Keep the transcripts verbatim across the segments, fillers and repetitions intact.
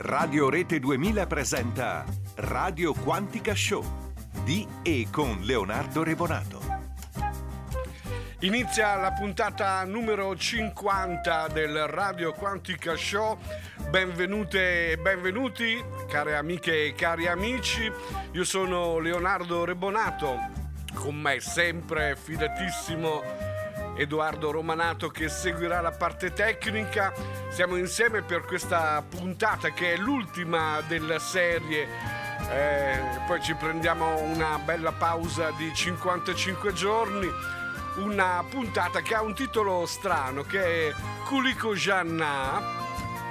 Radio Rete duemila presenta Radio Quantica Show di e con Leonardo Rebonato. Inizia la puntata numero cinquanta del Radio Quantica Show. Benvenute e benvenuti, care amiche e cari amici. Io sono Leonardo Rebonato, con me sempre fidatissimo Edoardo Romanato che seguirà la parte tecnica. Siamo insieme per questa puntata che è l'ultima della serie. Eh, poi ci prendiamo una bella pausa di cinquantacinque giorni. Una puntata che ha un titolo strano, che è Kuliko Janna,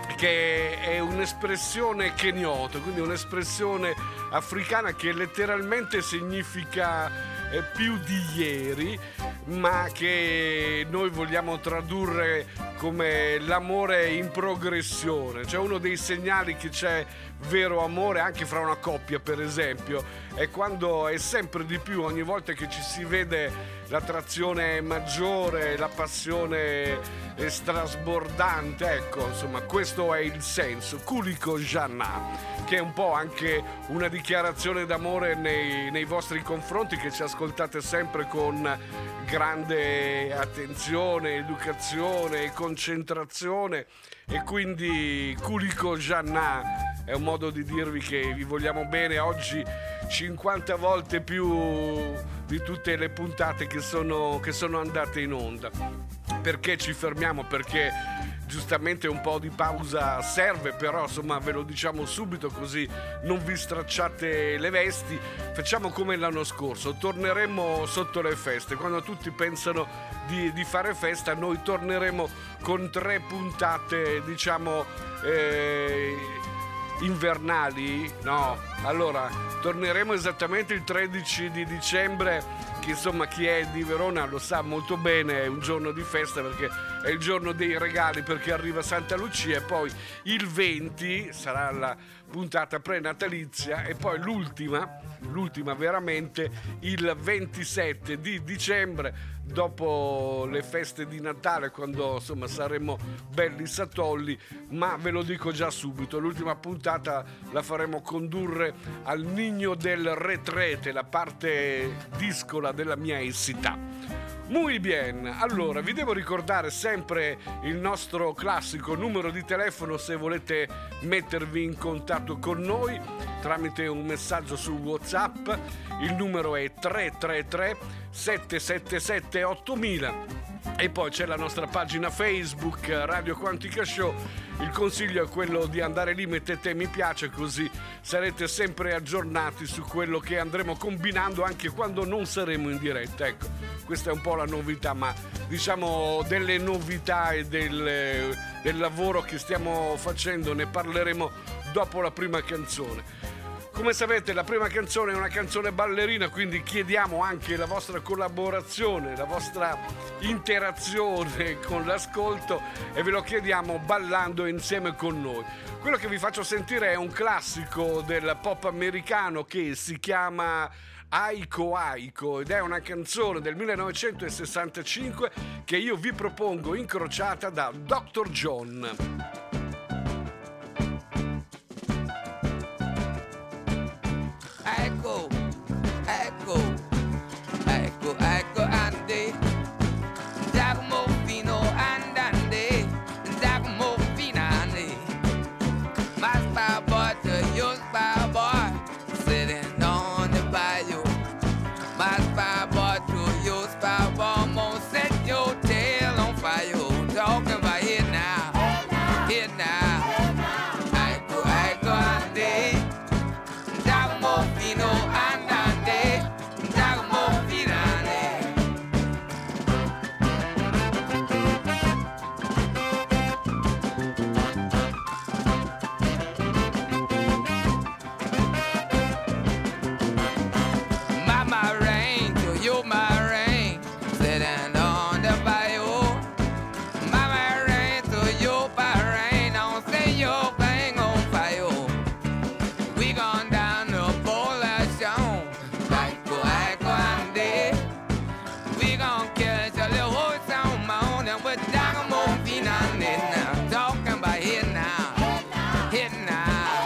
che è un'espressione kenyoto, quindi un'espressione africana che letteralmente significa eh, più di ieri, ma che noi vogliamo tradurre come l'amore in progressione. Cioè, uno dei segnali che c'è vero amore anche fra una coppia, per esempio, è quando è sempre di più, ogni volta che ci si vede, l'attrazione maggiore, la passione è strasbordante. Ecco, insomma, questo è il senso. Kuliko Janna, che è un po' anche una dichiarazione d'amore nei, nei vostri confronti, che ci ascoltate sempre con grande attenzione, educazione e concentrazione. E quindi Kuliko Janna è un modo di dirvi che vi vogliamo bene. Oggi cinquanta volte più di tutte le puntate che sono, che sono andate in onda. Perché ci fermiamo? Perché giustamente un po' di pausa serve, però insomma ve lo diciamo subito così non vi stracciate le vesti. Facciamo come l'anno scorso, torneremo sotto le feste, quando tutti pensano di, di fare festa, noi torneremo con tre puntate, diciamo, eh, invernali. No, allora torneremo esattamente il tredici di dicembre, che insomma chi è di Verona lo sa molto bene, è un giorno di festa perché è il giorno dei regali, perché arriva Santa Lucia, e poi il venti sarà la puntata prenatalizia, e poi l'ultima, l'ultima veramente il ventisette di dicembre, dopo le feste di Natale, quando insomma saremo belli satolli. Ma ve lo dico già subito, l'ultima puntata la faremo condurre al Nigno del Retrete, la parte discola della mia città. Muy bien, allora vi devo ricordare sempre il nostro classico numero di telefono se volete mettervi in contatto con noi tramite un messaggio su WhatsApp. Il numero è tre tre tre sette sette sette ottomila. E poi c'è la nostra pagina Facebook Radio Quantica Show. Il consiglio è quello di andare lì, mettete mi piace, così sarete sempre aggiornati su quello che andremo combinando anche quando non saremo in diretta. Ecco, questa è un po' la novità, ma diciamo delle novità e del, del lavoro che stiamo facendo ne parleremo dopo la prima canzone. Come sapete, la prima canzone è una canzone ballerina, quindi chiediamo anche la vostra collaborazione, la vostra interazione con l'ascolto, e ve lo chiediamo ballando insieme con noi. Quello che vi faccio sentire è un classico del pop americano che si chiama Aiko Aiko, ed è una canzone del millenovecentosessantacinque che io vi propongo incrociata da doctor John. Ecco, ecco, ecco, ecco Andy, Giacomo fino andante, Giacomo fino Andy. My spy boy to your spy boy, sitting on the bayou. My spy boy to your spy boy, I'm gonna set your tail on fire. Talking about it now, it now, ecco, ecco Andy. Fino andante, Giacomo finale. Mama rain, to you my rain, sitting on the bayou. Mama rain, to you my rain, don't say your thing on fire. We gone down the we gon' catch a little horse on my own, and we're talking about it now, talking about it now, it now.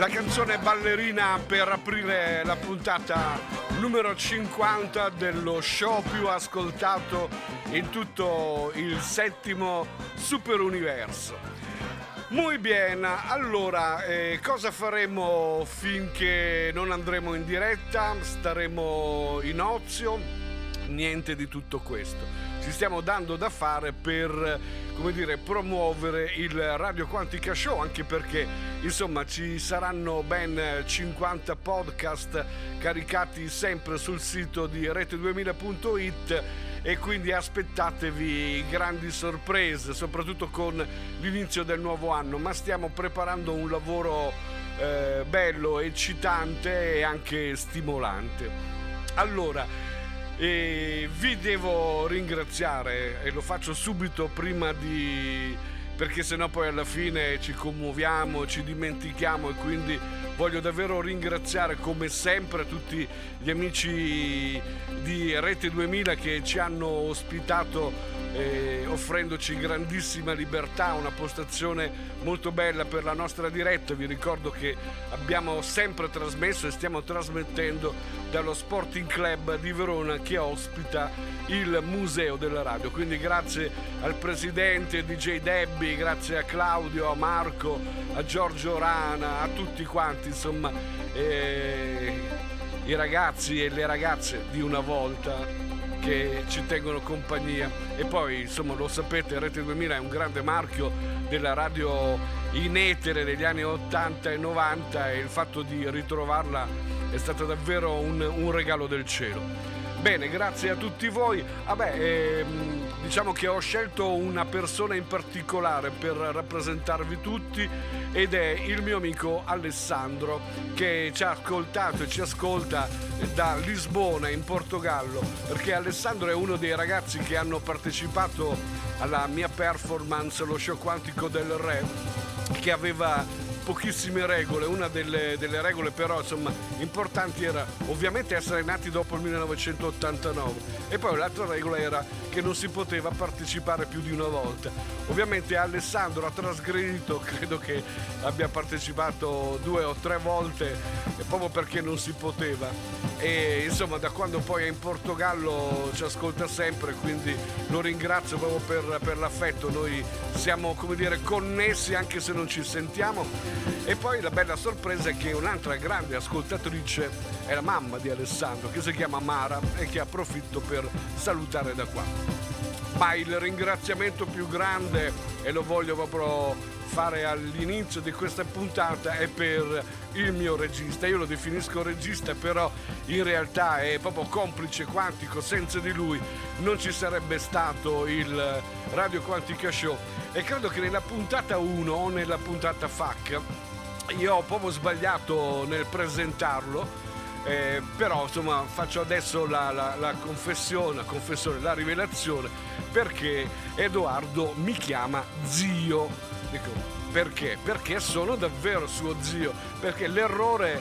La canzone ballerina per aprire la puntata numero cinquanta dello show più ascoltato in tutto il settimo super universo. Muy bien, allora eh, cosa faremo finché non andremo in diretta? Staremo in ozio? Niente di tutto questo. Ci stiamo dando da fare per, come dire, promuovere il Radio Quantica Show, anche perché insomma ci saranno ben cinquanta podcast caricati sempre sul sito di rete duemila punto it e quindi aspettatevi grandi sorprese, soprattutto con l'inizio del nuovo anno, ma stiamo preparando un lavoro eh, bello, eccitante e anche stimolante. Allora, e vi devo ringraziare e lo faccio subito prima di... perché sennò poi alla fine ci commuoviamo, ci dimentichiamo, e quindi voglio davvero ringraziare come sempre tutti gli amici di Rete duemila che ci hanno ospitato eh, offrendoci grandissima libertà, una postazione molto bella per la nostra diretta. Vi ricordo che abbiamo sempre trasmesso e stiamo trasmettendo dallo Sporting Club di Verona che ospita il Museo della Radio, quindi grazie al presidente D J Debbie, grazie a Claudio, a Marco, a Giorgio Rana, a tutti quanti, insomma eh, i ragazzi e le ragazze di una volta che ci tengono compagnia. E poi insomma lo sapete, Rete duemila è un grande marchio della radio in etere degli anni ottanta e novanta e il fatto di ritrovarla è stato davvero un, un regalo del cielo. Bene, grazie a tutti voi. Vabbè, ehm, diciamo che ho scelto una persona in particolare per rappresentarvi tutti ed è il mio amico Alessandro, che ci ha ascoltato e ci ascolta da Lisbona in Portogallo, perché Alessandro è uno dei ragazzi che hanno partecipato alla mia performance, lo show quantico del Re, che aveva pochissime regole. Una delle, delle regole però insomma importanti era ovviamente essere nati dopo il millenovecentottantanove, e poi l'altra regola era che non si poteva partecipare più di una volta. Ovviamente Alessandro ha trasgredito, credo che abbia partecipato due o tre volte proprio perché non si poteva, e insomma da quando poi è in Portogallo ci ascolta sempre, quindi lo ringrazio proprio per, per l'affetto. Noi siamo, come dire, connessi anche se non ci sentiamo. E poi la bella sorpresa è che un'altra grande ascoltatrice è la mamma di Alessandro, che si chiama Mara e che approfitto per salutare da qua. Ma il ringraziamento più grande, e lo voglio proprio fare all'inizio di questa puntata, è per il mio regista. Io lo definisco regista, però in realtà è proprio complice quantico. Senza di lui non ci sarebbe stato il Radio Quantica Show, e credo che nella puntata uno o nella puntata F A Q io ho proprio sbagliato nel presentarlo, eh, però insomma faccio adesso la, la, la confessione, la confessione, la rivelazione, perché Edoardo mi chiama zio. Dico, perché? Perché sono davvero suo zio, perché l'errore,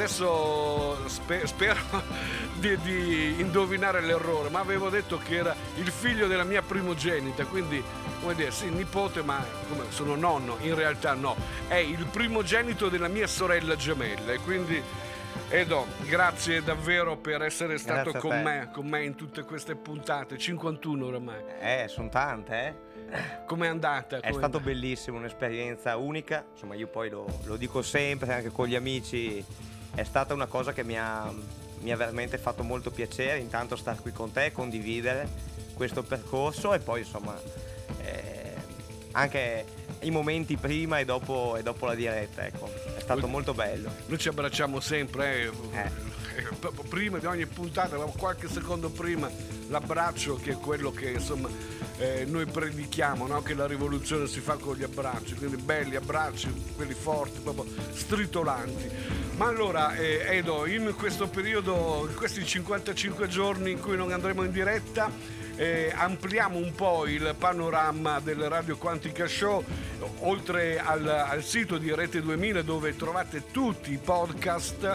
adesso spe- spero di, di indovinare l'errore, ma avevo detto che era il figlio della mia primogenita, quindi come dire, sì, nipote, ma come, sono nonno, in realtà no, è il primogenito della mia sorella gemella, e quindi Edo, grazie davvero per essere stato con me, con me in tutte queste puntate, cinquantuno oramai. Eh, sono tante, eh. Com'è andata? È stato bellissimo, un'esperienza unica, insomma io poi lo, lo dico sempre, anche con gli amici, è stata una cosa che mi ha, mi ha veramente fatto molto piacere, intanto stare qui con te, condividere questo percorso, e poi insomma eh, anche i momenti prima e dopo, e dopo la diretta, ecco, è stato noi, molto bello. Noi ci abbracciamo sempre, eh. Eh. prima di ogni puntata, qualche secondo prima, l'abbraccio, che è quello che insomma eh, noi predichiamo, no? Che la rivoluzione si fa con gli abbracci, quindi belli abbracci, quelli forti, proprio stritolanti. Ma allora eh, Edo, in questo periodo, in questi cinquantacinque giorni in cui non andremo in diretta, eh, ampliamo un po' il panorama del Radio Quantica Show, oltre al, al sito di Rete duemila dove trovate tutti i podcast.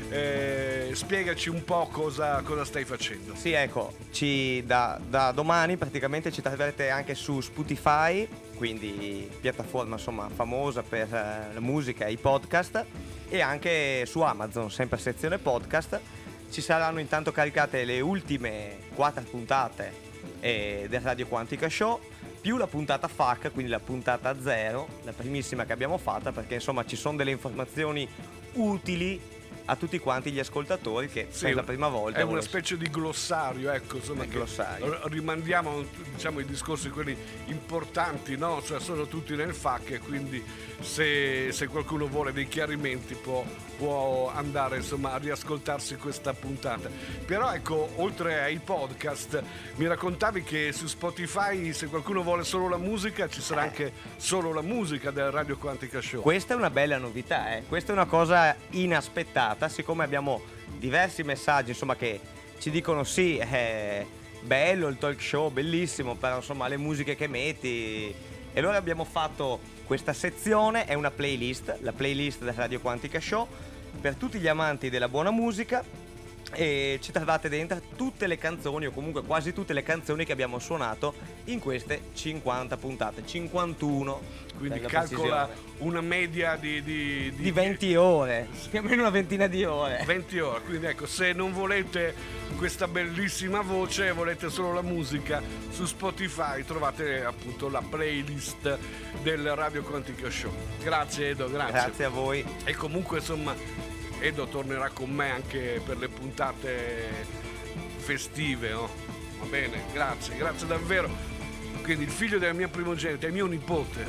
Eh, spiegaci un po' cosa, cosa stai facendo. Sì, ecco, ci, da, da domani praticamente ci troverete anche su Spotify quindi piattaforma insomma famosa per uh, la musica e i podcast, e anche su Amazon, sempre sezione podcast. Ci saranno intanto caricate le ultime quattro puntate eh, del Radio Quantica Show, più la puntata F A Q, quindi la puntata zero, la primissima che abbiamo fatta, perché insomma ci sono delle informazioni utili a tutti quanti gli ascoltatori che sì, per la prima volta è una specie di glossario, ecco, insomma, che glossario. rimandiamo, diciamo, i discorsi quelli importanti, no? Cioè sono tutti nel F A Q, e quindi se, se qualcuno vuole dei chiarimenti può, può andare insomma a riascoltarsi questa puntata. Però ecco, oltre ai podcast, mi raccontavi che su Spotify, se qualcuno vuole solo la musica, ci sarà anche solo la musica del Radio Quantica Show. Questa è una bella novità, eh? Questa è una cosa inaspettata, siccome abbiamo diversi messaggi insomma che ci dicono sì, è bello il talk show, bellissimo, però insomma le musiche che metti, e allora abbiamo fatto questa sezione, è una playlist, la playlist del Radio Quantica Show per tutti gli amanti della buona musica, e ci trovate dentro tutte le canzoni, o comunque quasi tutte le canzoni che abbiamo suonato in queste cinquanta puntate, cinquantuno, quindi calcola una media di, di, di, di venti ore, più o meno una ventina di ore. venti ore, quindi ecco, se non volete questa bellissima voce, volete solo la musica, su Spotify trovate appunto la playlist del Radio Quantica Show. Grazie Edo, grazie. Grazie a voi. E comunque insomma Edo tornerà con me anche per le puntate festive, no? Va bene, grazie, grazie davvero. Quindi il figlio della mia primogenita è mio nipote.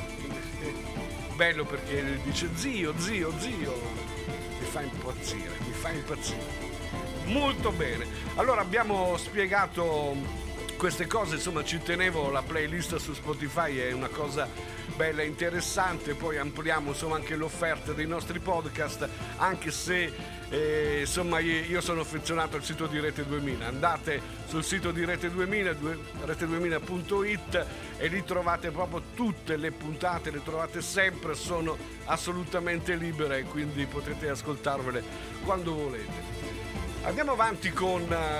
Bello perché dice zio, zio, zio. Mi fa impazzire, mi fa impazzire. Molto bene. Allora abbiamo spiegato queste cose, insomma ci tenevo, la playlist su Spotify è una cosa bella e interessante, poi ampliamo insomma anche l'offerta dei nostri podcast, anche se eh, insomma io sono affezionato al sito di Rete duemila. Andate sul sito di Rete duemila, rete duemila punto it, e lì trovate proprio tutte le puntate, le trovate sempre, sono assolutamente libere, quindi potete ascoltarvele quando volete. Andiamo avanti con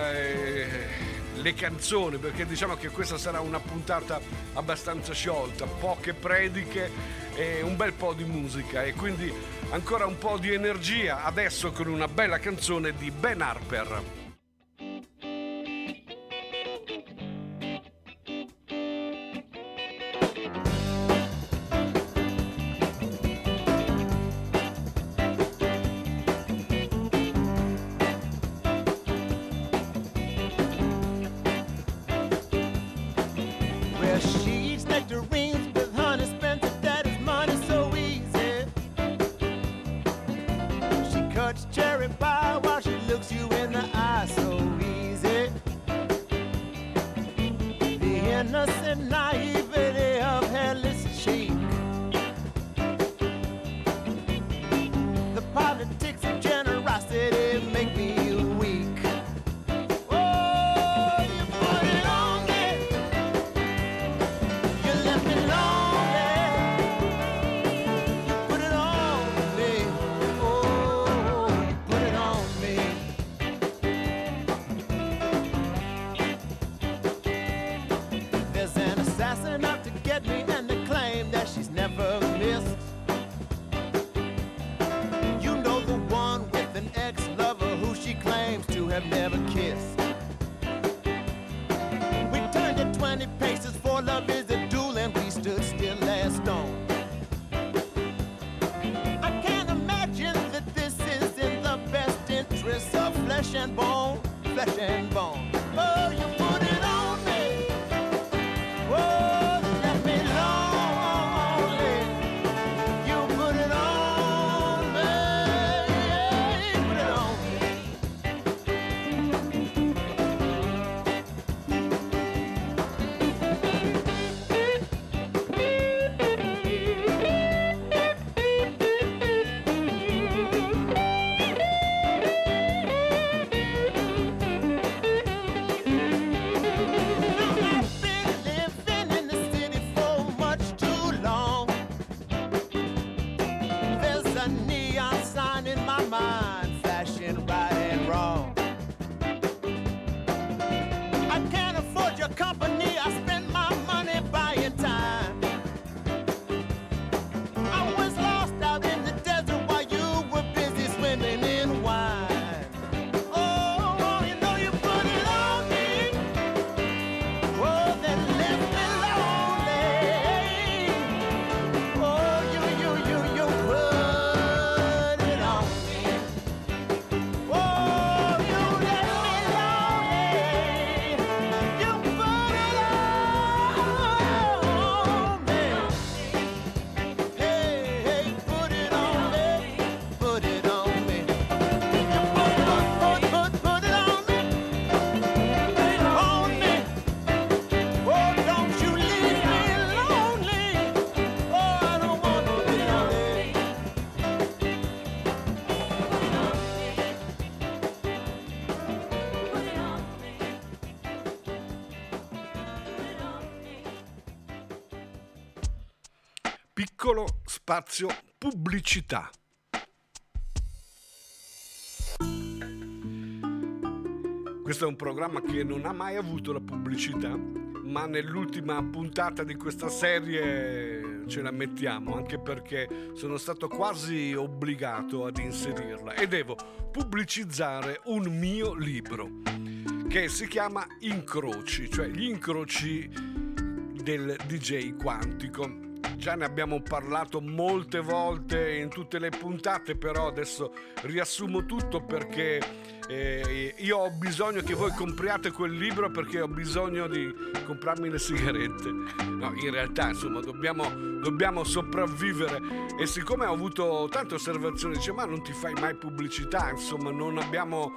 eh, le canzoni, perché diciamo che questa sarà una puntata abbastanza sciolta, poche prediche e un bel po' di musica, e quindi ancora un po' di energia adesso con una bella canzone di Ben Harper. piccolo spazio pubblicità. Questo è un programma che non ha mai avuto la pubblicità, ma nell'ultima puntata di questa serie ce la mettiamo, anche perché sono stato quasi obbligato ad inserirla e devo pubblicizzare un mio libro che si chiama Incroci, cioè gli incroci del D J Quantico. Già ne abbiamo parlato molte volte in tutte le puntate, però adesso riassumo tutto perché eh, io ho bisogno che voi compriate quel libro, perché ho bisogno di comprarmi le sigarette. No, in realtà insomma dobbiamo, dobbiamo sopravvivere, e siccome ho avuto tante osservazioni, dice ma non ti fai mai pubblicità, insomma non abbiamo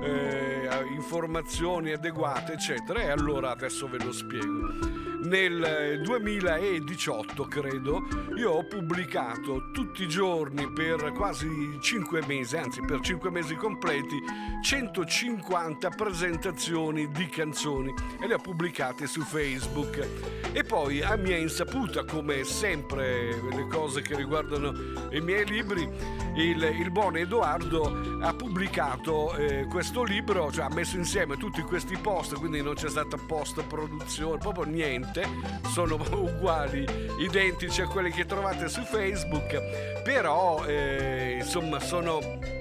eh, informazioni adeguate eccetera, e allora adesso ve lo spiego. Nel duemiladiciotto credo io ho pubblicato tutti i giorni per quasi cinque mesi, anzi per cinque mesi completi, centocinquanta presentazioni di canzoni, e le ho pubblicate su Facebook. E poi a mia insaputa, come sempre le cose che riguardano i miei libri, il, il buon Edoardo ha pubblicato eh, questo libro, cioè ha messo insieme tutti questi post, quindi non c'è stata post produzione, proprio niente, sono uguali, identici a quelli che trovate su Facebook, però eh, insomma sono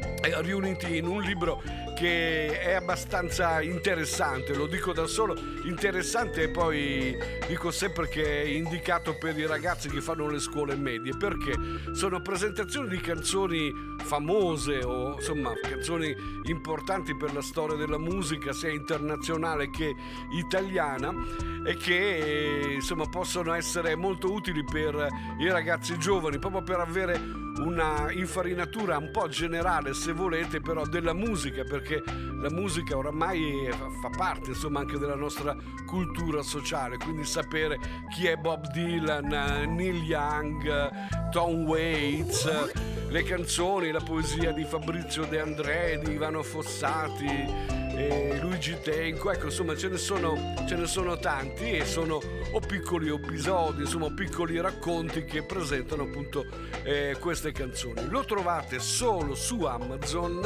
riuniti in un libro che è abbastanza interessante, lo dico da solo, interessante, e poi dico sempre che è indicato per i ragazzi che fanno le scuole medie, perché sono presentazioni di canzoni famose o insomma canzoni importanti per la storia della musica sia internazionale che italiana, e che insomma possono essere molto utili per i ragazzi giovani, proprio per avere una infarinatura un po' generale, se volete, però della musica, perché la musica oramai fa parte insomma anche della nostra cultura sociale, quindi sapere chi è Bob Dylan, Neil Young, Tom Waits, le canzoni, la poesia di Fabrizio De André, di Ivano Fossati, e Luigi Tenco, ecco insomma ce ne sono, ce ne sono tanti, e sono o piccoli episodi, insomma piccoli racconti che presentano appunto eh, queste canzoni. Lo trovate solo su Amazon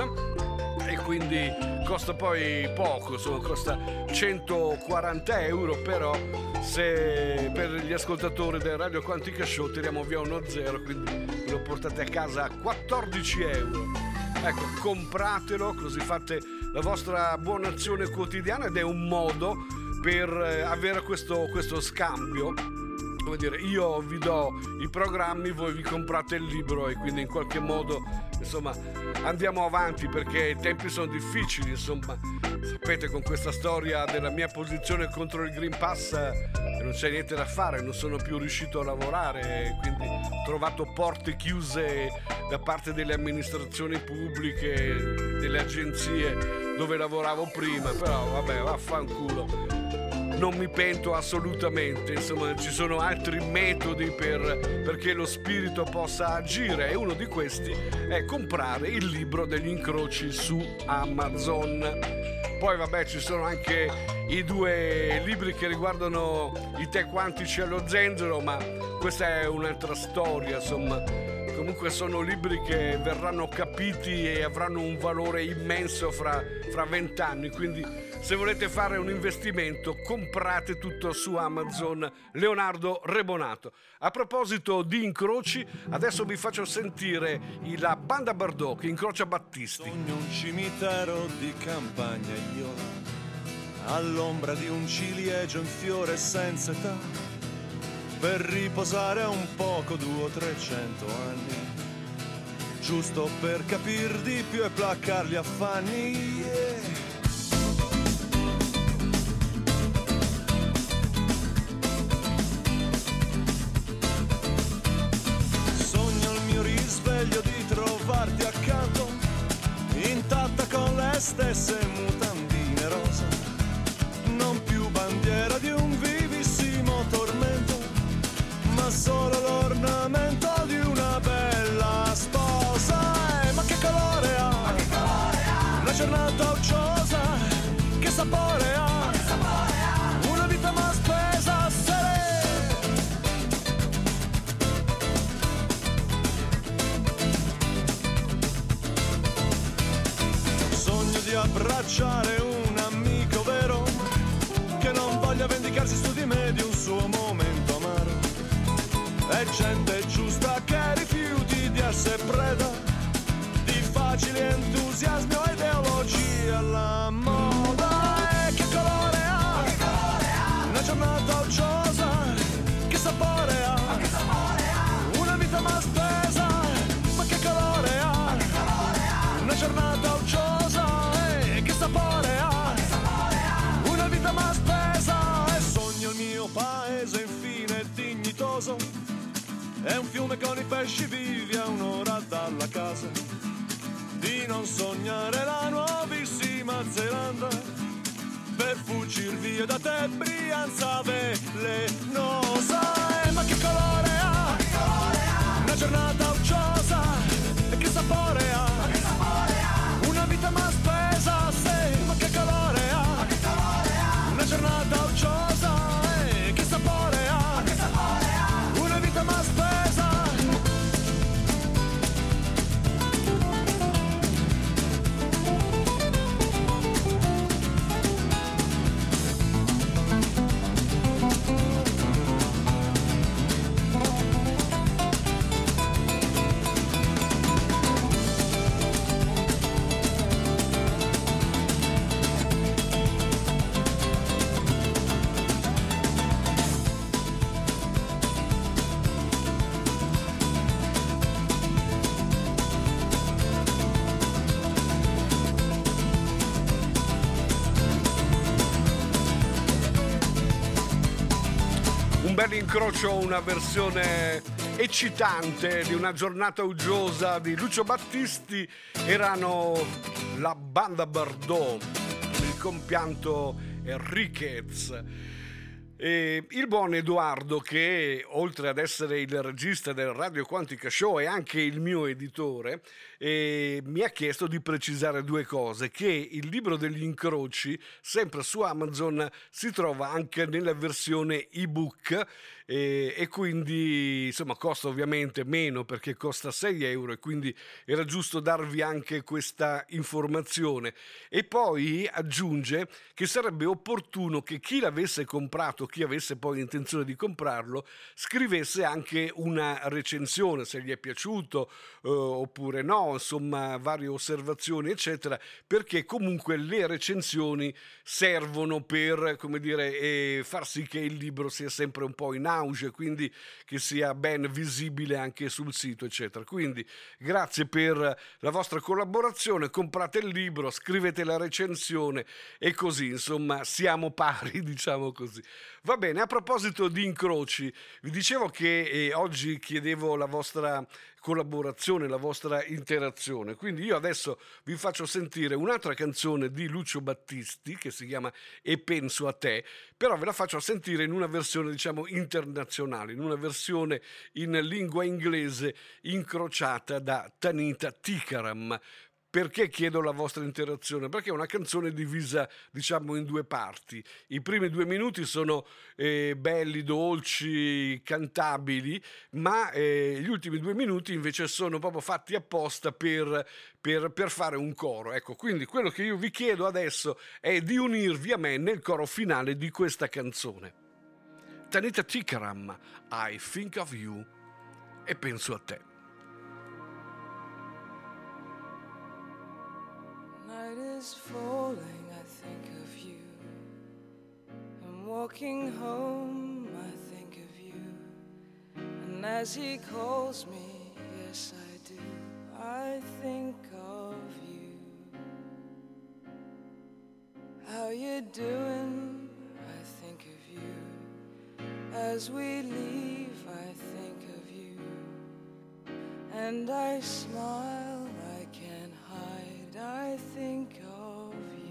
e quindi costa poi poco, insomma costa centoquaranta euro, però se per gli ascoltatori del Radio Quantica Show tiriamo via uno zero, quindi lo portate a casa a quattordici euro. Ecco, compratelo, così fate la vostra buona azione quotidiana, ed è un modo per avere questo, questo scambio. Come dire, io vi do i programmi, voi vi comprate il libro, e quindi in qualche modo insomma andiamo avanti, perché i tempi sono difficili, insomma sapete, con questa storia della mia posizione contro il Green Pass eh, non c'è niente da fare, non sono più riuscito a lavorare, quindi ho trovato porte chiuse da parte delle amministrazioni pubbliche, delle agenzie dove lavoravo prima, però vabbè, vaffanculo. Non mi pento assolutamente, insomma ci sono altri metodi per, perché lo spirito possa agire, e uno di questi è comprare il libro degli incroci su Amazon. Poi vabbè, ci sono anche i due libri che riguardano i tè quantici allo zenzero, ma questa è un'altra storia, insomma. Comunque sono libri che verranno capiti e avranno un valore immenso fra vent'anni, quindi se volete fare un investimento comprate tutto su Amazon. Leonardo Rebonato. A proposito di incroci, adesso vi faccio sentire la banda Bardot che incrocia Battisti. Sogno un cimitero di campagna iola, all'ombra di un ciliegio in fiore senza età, per riposare un poco due o trecento anni, giusto per capir di più e placar gli affanni, yeah. Sogno il mio risveglio di trovarti accanto, intatta con le stesse mutandine rosa, non più bandiera di un vivissimo tormento, ma solo l'ornamento di una bella sposa. Eh, ma che colore ha? Ma che colore ha? Una giornata ucciosa, che sapore ha? Ma che sapore ha? Una vita ma spesa, se abbracciare un amico vero che non voglia vendicarsi su di me di un suo momento amaro. È gente giusta che rifiuti di essere preda di facili entusiasmi o ideologie alla moda. E che colore ha? Che colore ha? Una giornata uggiosa, che sapore ha? Ma che sapore ha? Una vita ma spesa, ma che colore ha? Che colore ha? Una giornata uggiosa, eh, che sapore ha? Ma che sapore ha? Una vita ma spesa, e sogno il mio paese infine dignitoso. È un fiume con i pesci vivi a un'ora dalla casa. Di non sognare la nuovissima Zelanda per fuggir via da te, Brianza velenosa. Eh, ma che colore ha? Ma che colore ha? Una giornata uggiosa, e che sapore ha? Ma che sapore ha? Una vita ma spesa, sì, ma che colore ha? Ma che colore ha? Una giornata uggiosa, e che sapore ha? Ma che sapore ha? Una vita ma spesa. Incrocio una versione eccitante di Una giornata uggiosa di Lucio Battisti. Erano la Banda Bardot, il compianto Enriquez. E il buon Edoardo, che oltre ad essere il regista del Radio Quantica Show è anche il mio editore, e mi ha chiesto di precisare due cose: che il libro degli incroci sempre su Amazon si trova anche nella versione ebook, e, e quindi insomma costa ovviamente meno perché costa sei euro, e quindi era giusto darvi anche questa informazione. E poi aggiunge che sarebbe opportuno che chi l'avesse comprato, chi avesse poi intenzione di comprarlo, scrivesse anche una recensione, se gli è piaciuto eh, oppure no, insomma varie osservazioni eccetera, perché comunque le recensioni servono per, come dire, eh, far sì che il libro sia sempre un po' in auge, quindi che sia ben visibile anche sul sito eccetera. Quindi grazie per la vostra collaborazione, comprate il libro, scrivete la recensione e così insomma siamo pari, diciamo così. Va bene, a proposito di incroci, vi dicevo che eh, oggi chiedevo la vostra collaborazione, la vostra interazione, quindi io adesso vi faccio sentire un'altra canzone di Lucio Battisti che si chiama E penso a te, però ve la faccio sentire in una versione diciamo internazionale, in una versione in lingua inglese incrociata da Tanita Tikaram. Perché chiedo la vostra interazione? Perché è una canzone divisa, diciamo, in due parti. I primi due minuti sono eh, belli, dolci, cantabili, ma eh, gli ultimi due minuti invece sono proprio fatti apposta per, per, per fare un coro. Ecco, quindi quello che io vi chiedo adesso è di unirvi a me nel coro finale di questa canzone. Tanita Tikaram, I think of you, e penso a te. Night is falling, I think of you. I'm walking home, I think of you. And as he calls me, yes I do, I think of you. How you doing? I think of you. As we leave, I think of you. And I smile, I can't hide, I think of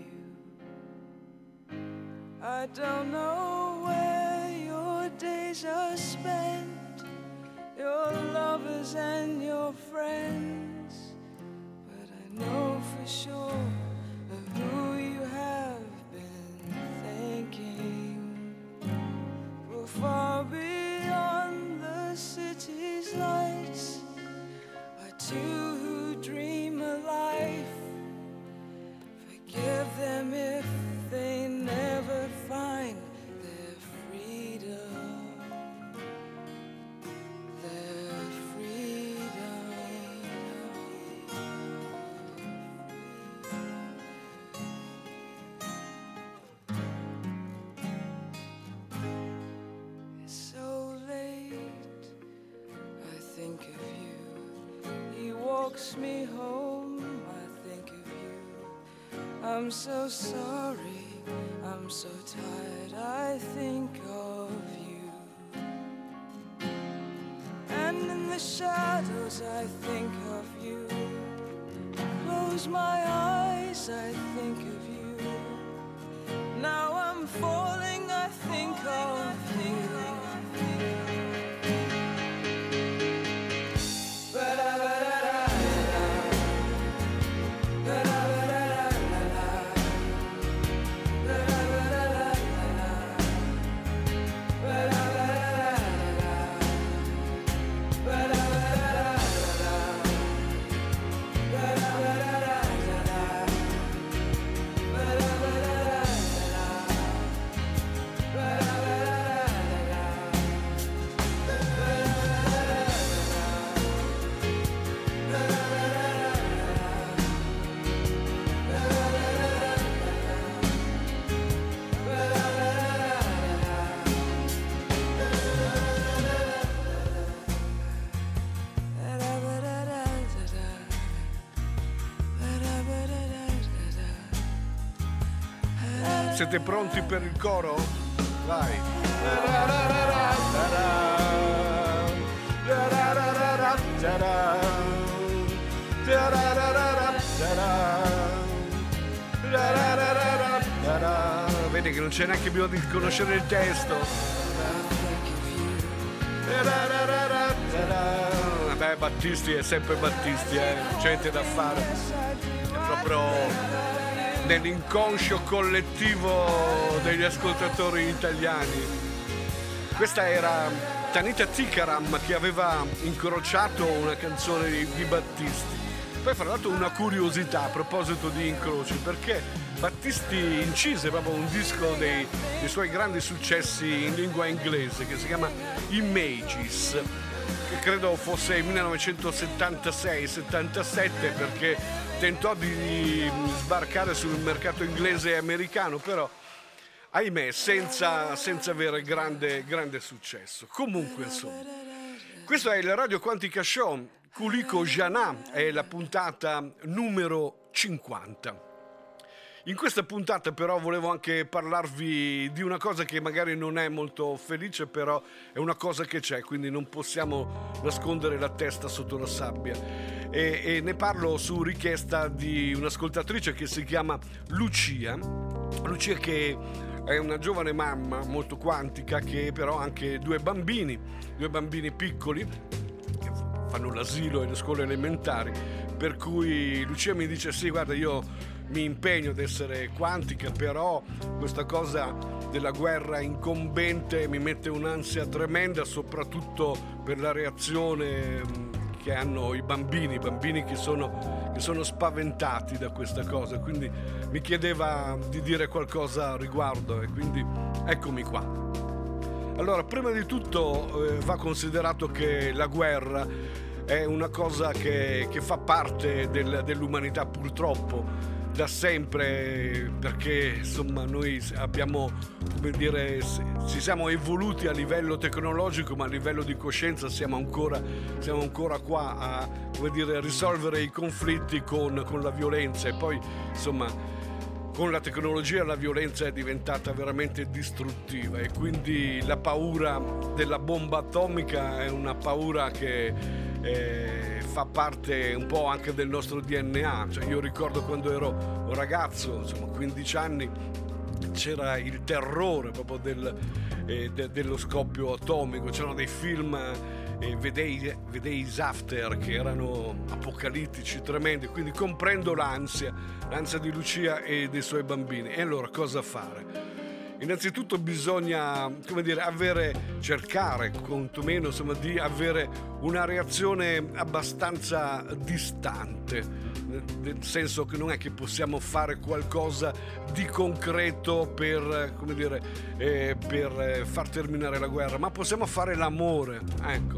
you. I don't know where your days are spent, your lovers and your friends, but I know for sure of who you have been thinking. We're far beyond the city's lights, are two who dream a life. Forget walks me home, I think of you. I'm so sorry, I'm so tired, I think of you. And in the shadows I think of you. Close my eyes, I think of you. Now I'm falling, I think of you. Siete pronti per il coro? Vai. Vedi che non c'è neanche bisogno di conoscere il testo. Vabbè, Battisti è sempre Battisti, eh. Gente da fare. È proprio nell'inconscio collettivo degli ascoltatori italiani. Questa era Tanita Tikaram che aveva incrociato una canzone di, di Battisti. Poi fra l'altro una curiosità a proposito di incroci, perché Battisti incise proprio un disco dei, dei suoi grandi successi in lingua inglese che si chiama Images, che credo fosse il millenovecentosettantasei settantasette, perché tentò di sbarcare sul mercato inglese e americano, però ahimè senza, senza avere grande, grande successo. Comunque insomma, questo è il Radio Quantica Show, Kuliko Jana, è la puntata numero cinquanta. In questa puntata però volevo anche parlarvi di una cosa che magari non è molto felice, però è una cosa che c'è, quindi non possiamo nascondere la testa sotto la sabbia. E, e ne parlo su richiesta di un'ascoltatrice che si chiama Lucia. Lucia che è una giovane mamma molto quantica che però ha anche due bambini, due bambini piccoli che fanno l'asilo e le scuole elementari, per cui Lucia mi dice sì, guarda, io mi impegno ad essere quantica, però questa cosa della guerra incombente mi mette un'ansia tremenda, soprattutto per la reazione che hanno i bambini, i bambini che sono, che sono spaventati da questa cosa, quindi mi chiedeva di dire qualcosa a riguardo e quindi eccomi qua. Allora, prima di tutto eh, va considerato che la guerra è una cosa che, che fa parte del, dell'umanità purtroppo da sempre, perché insomma noi abbiamo, come dire, ci siamo evoluti a livello tecnologico, ma a livello di coscienza siamo ancora, siamo ancora qua a, come dire, risolvere i conflitti con, con la violenza, e poi insomma con la tecnologia la violenza è diventata veramente distruttiva, e quindi la paura della bomba atomica è una paura che eh, fa parte un po' anche del nostro D N A. Cioè, io ricordo quando ero un ragazzo, insomma quindici anni, c'era il terrore proprio del, eh, de, dello scoppio atomico, c'erano dei film e vedei, vedei i after che erano apocalittici, tremendi, quindi comprendo l'ansia, l'ansia di Lucia e dei suoi bambini. E allora cosa fare? Innanzitutto bisogna, come dire, avere, cercare quantomeno insomma di avere una reazione abbastanza distante, nel senso che non è che possiamo fare qualcosa di concreto per, come dire, eh, per far terminare la guerra, ma possiamo fare l'amore, ecco.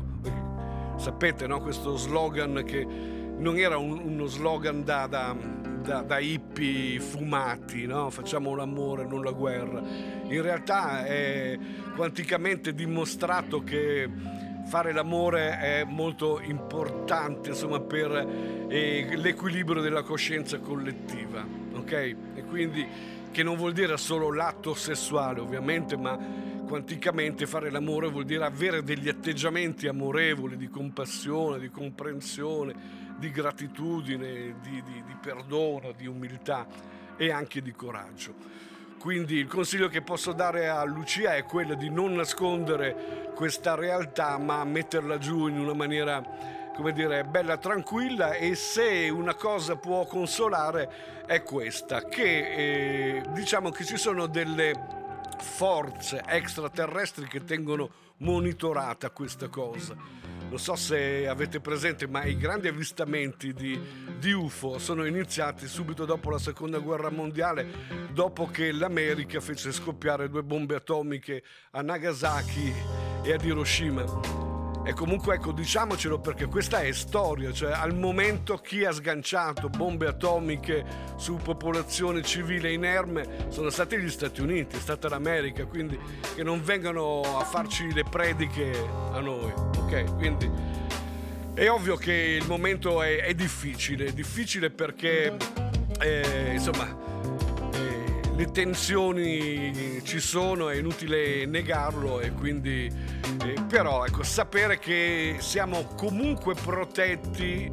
Sapete, no? Questo slogan che non era un, uno slogan da, da, da, da hippie fumati, no? Facciamo l'amore, non la guerra. In realtà è quanticamente dimostrato che fare l'amore è molto importante, insomma, per eh, l'equilibrio della coscienza collettiva, ok? E quindi, che non vuol dire solo l'atto sessuale, ovviamente, ma quanticamente fare l'amore vuol dire avere degli atteggiamenti amorevoli, di compassione, di comprensione, di gratitudine, di, di, di perdono, di umiltà e anche di coraggio. Quindi il consiglio che posso dare a Lucia è quello di non nascondere questa realtà, ma metterla giù in una maniera, come dire, bella, tranquilla. E se una cosa può consolare è questa, che eh, diciamo che ci sono delle forze extraterrestri che tengono monitorata questa cosa. Non so se avete presente, ma i grandi avvistamenti di, di U F O sono iniziati subito dopo la seconda guerra mondiale, dopo che l'America fece scoppiare due bombe atomiche a Nagasaki e ad Hiroshima. E comunque, ecco, diciamocelo, perché questa è storia, cioè al momento chi ha sganciato bombe atomiche su popolazione civile inerme sono stati gli Stati Uniti, è stata l'America, quindi che non vengano a farci le prediche a noi, ok? Quindi è ovvio che il momento è, è difficile, difficile perché eh, insomma eh, le tensioni ci sono, è inutile negarlo, e quindi Eh, però ecco, sapere che siamo comunque protetti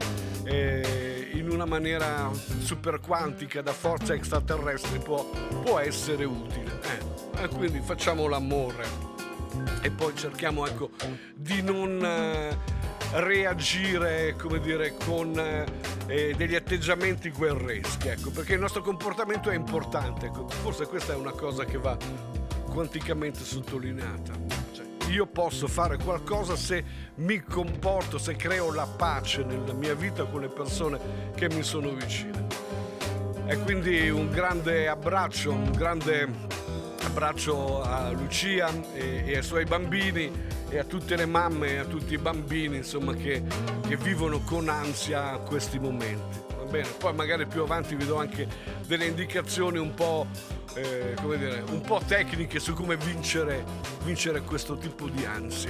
eh, in una maniera super quantica da forze extraterrestri può, può essere utile, eh. E quindi facciamo l'amore e poi cerchiamo, ecco, di non eh, reagire, come dire, con eh, degli atteggiamenti guerreschi, ecco, perché il nostro comportamento è importante, ecco. Forse questa è una cosa che va quanticamente sottolineata. Io posso fare qualcosa se mi comporto, se creo la pace nella mia vita con le persone che mi sono vicine. E quindi un grande abbraccio, un grande abbraccio a Lucia e, e ai suoi bambini, e a tutte le mamme e a tutti i bambini, insomma, che, che vivono con ansia questi momenti. Va bene? Poi magari più avanti vi do anche delle indicazioni un po', eh, come dire, un po' tecniche su come vincere, vincere questo tipo di ansia.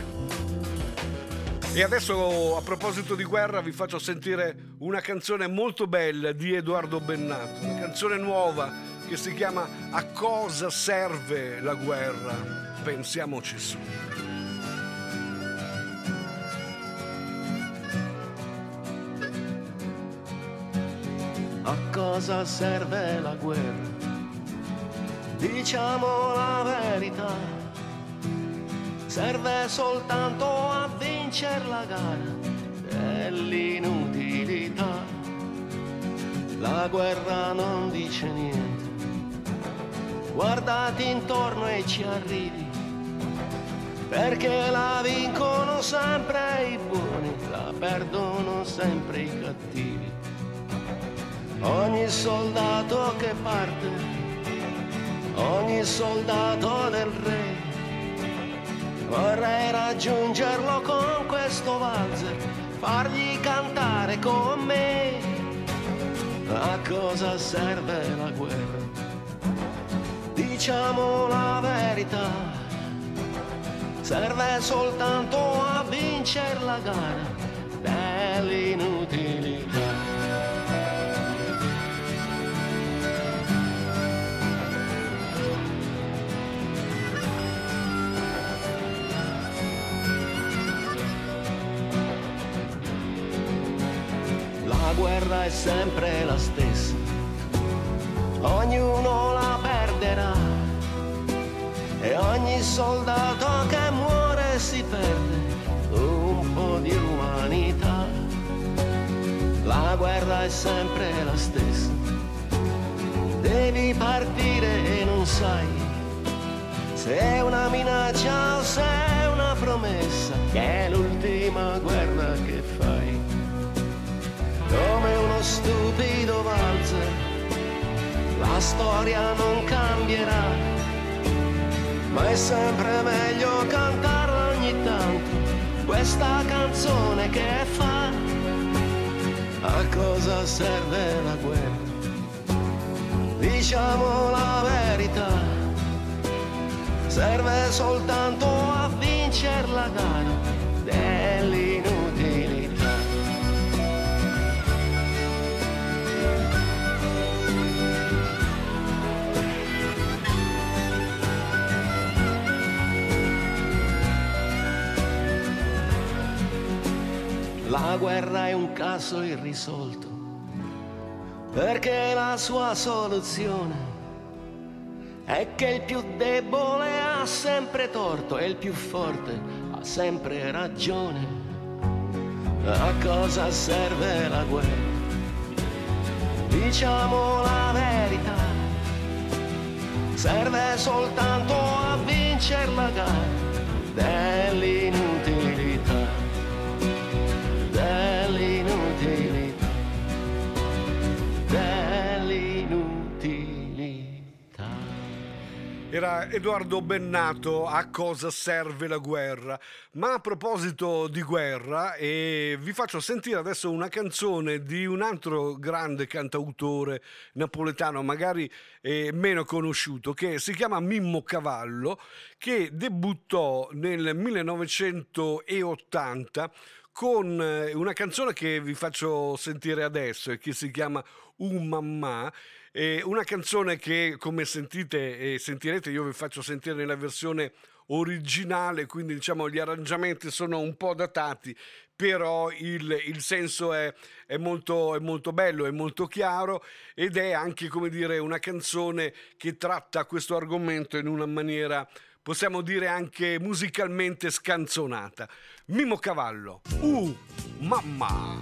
E adesso, a proposito di guerra, vi faccio sentire una canzone molto bella di Edoardo Bennato, una canzone nuova che si chiama A cosa serve la guerra? Pensiamoci su. A cosa serve la guerra? Diciamo la verità. Serve soltanto a vincere la gara dell'inutilità. La guerra non dice niente. Guardati intorno e ci arrivi, perché la vincono sempre i buoni, la perdono sempre i cattivi. Ogni soldato che parte, ogni soldato del re, vorrei raggiungerlo con questo valzer, fargli cantare con me. A cosa serve la guerra? Diciamo la verità. Serve soltanto a vincere la gara dell'inutilità. La guerra è sempre la stessa, ognuno la perderà, e ogni soldato che muore si perde un po' di umanità. La guerra è sempre la stessa, devi partire e non sai se è una minaccia o se è una promessa, che è l'ultima guerra che fai. Come uno stupido valzer, la storia non cambierà, ma è sempre meglio cantarla ogni tanto, questa canzone che fa. A cosa serve la guerra? Diciamo la verità. Serve soltanto a vincere la gara dell'inutilità. La guerra è un caso irrisolto, perché la sua soluzione è che il più debole ha sempre torto e il più forte ha sempre ragione. A cosa serve la guerra? Diciamo la verità, serve soltanto a vincere la gara dell'inutilità. Dell'inutilità, dell'inutilità. Era Edoardo Bennato, A cosa serve la guerra. Ma a proposito di guerra, eh, vi faccio sentire adesso una canzone di un altro grande cantautore napoletano, magari eh, meno conosciuto, che si chiama Mimmo Cavallo, che debuttò nel millenovecentottanta con una canzone che vi faccio sentire adesso e che si chiama Un Mamma, eh, una canzone che, come sentite e sentirete, io vi faccio sentire nella versione originale, quindi diciamo gli arrangiamenti sono un po' datati, però il, il senso è, è, molto, è molto bello, è molto chiaro, ed è anche, come dire, una canzone che tratta questo argomento in una maniera, possiamo dire, anche musicalmente scanzonata. Mimmo Cavallo, Uh, Mamma.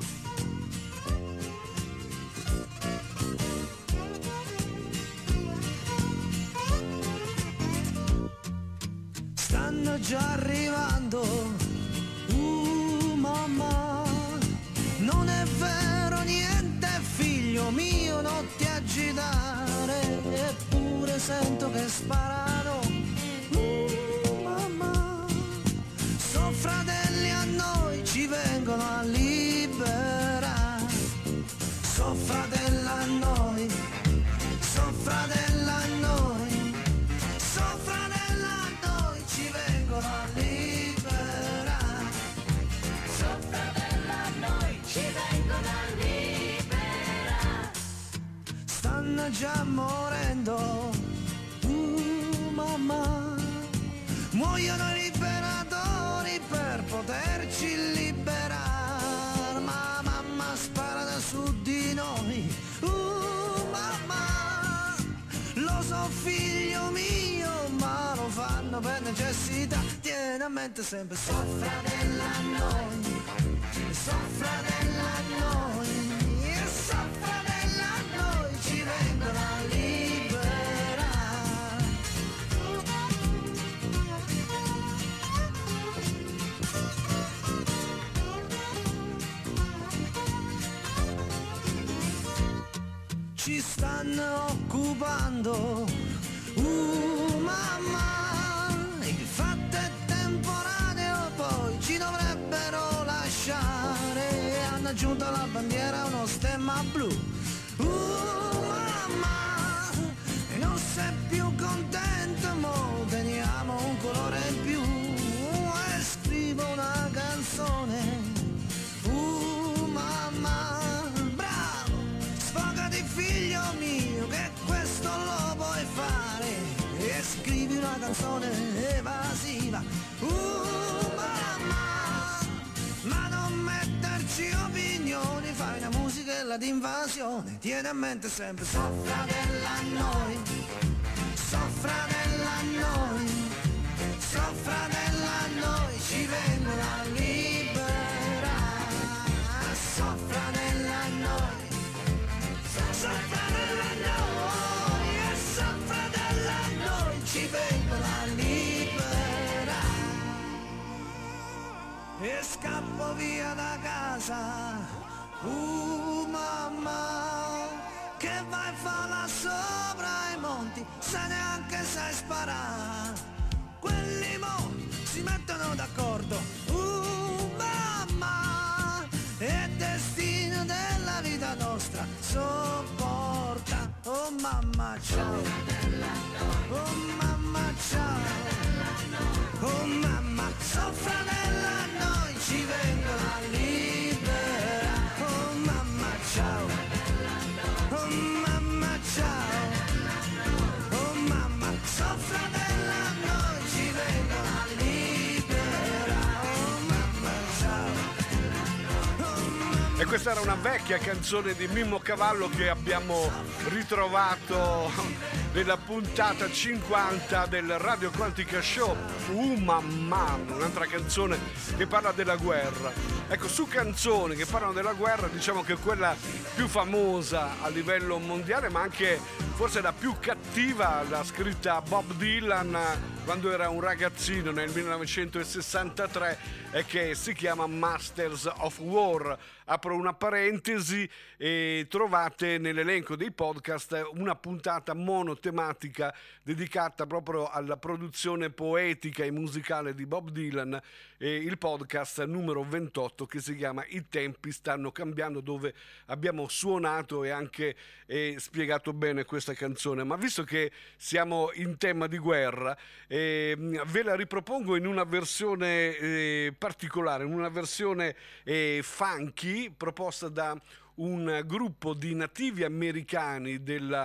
Stanno già arrivando, uh mamma, non è vero niente figlio mio, non ti agitare, eppure sento che sparano, uh mamma, so fratelli a noi ci vengono a liberare, so fratelli a noi, so fratelli a noi, so fratelli a noi ci vengono a liberare, so fratelli a noi ci vengono a liberare, stanno già morendo, uh mamma, muoiono i liberatori per poterci liberare, ma mamma spara da su di noi, uh mamma, lo so figlio mio, ma lo fanno per necessità, tieni a mente sempre, so fratello a noi, so fratello a noi, so fratello a noi ci vengono a liberare. Ci stanno occupando, uh mamma, il fatto è temporaneo, poi ci dovrebbero lasciare, hanno aggiunto alla bandiera uno stemma blu, uh mamma, e non sei più contento, mo teniamo un colore in più, e scrivo una canzone, uh mamma, figlio mio, che questo lo puoi fare, e scrivi una canzone evasiva, uh mamma, ma non metterci opinioni, fai una musica d'invasione, tieni a mente sempre, so fratello a noi, so fratello a noi, so fratello a noi ci vengono a liberare, so fratello a noi, so fratello a noi, e so fratello a noi ci vengono a liberare, e scappo via da casa, uh mamma, che vai fa là sopra i monti, se neanche sai sparare, quelli mo si mettono d'accordo, uh mamma, è destino della vita nostra, sopporta, oh mamma ciao, oh mamma ciao, oh mamma, so fratello a noi E questa era una vecchia canzone di Mimmo Cavallo che abbiamo ritrovato nella puntata cinquanta del Radio Quantica Show. Uh mamma, un'altra canzone che parla della guerra. Ecco, su canzoni che parlano della guerra, diciamo che quella più famosa a livello mondiale, ma anche forse la più cattiva, l'ha scritta Bob Dylan quando era un ragazzino nel millenovecentosessantatré, e che si chiama Masters of War. Apro una parentesi e trovate nell'elenco dei podcast una puntata monotematica dedicata proprio alla produzione poetica e musicale di Bob Dylan, e il podcast numero ventotto che si chiama I tempi stanno cambiando, dove abbiamo suonato e anche eh, spiegato bene questa canzone. Ma visto che siamo in tema di guerra, eh, ve la ripropongo in una versione eh, particolare, in una versione eh, funky proposta da un gruppo di nativi americani della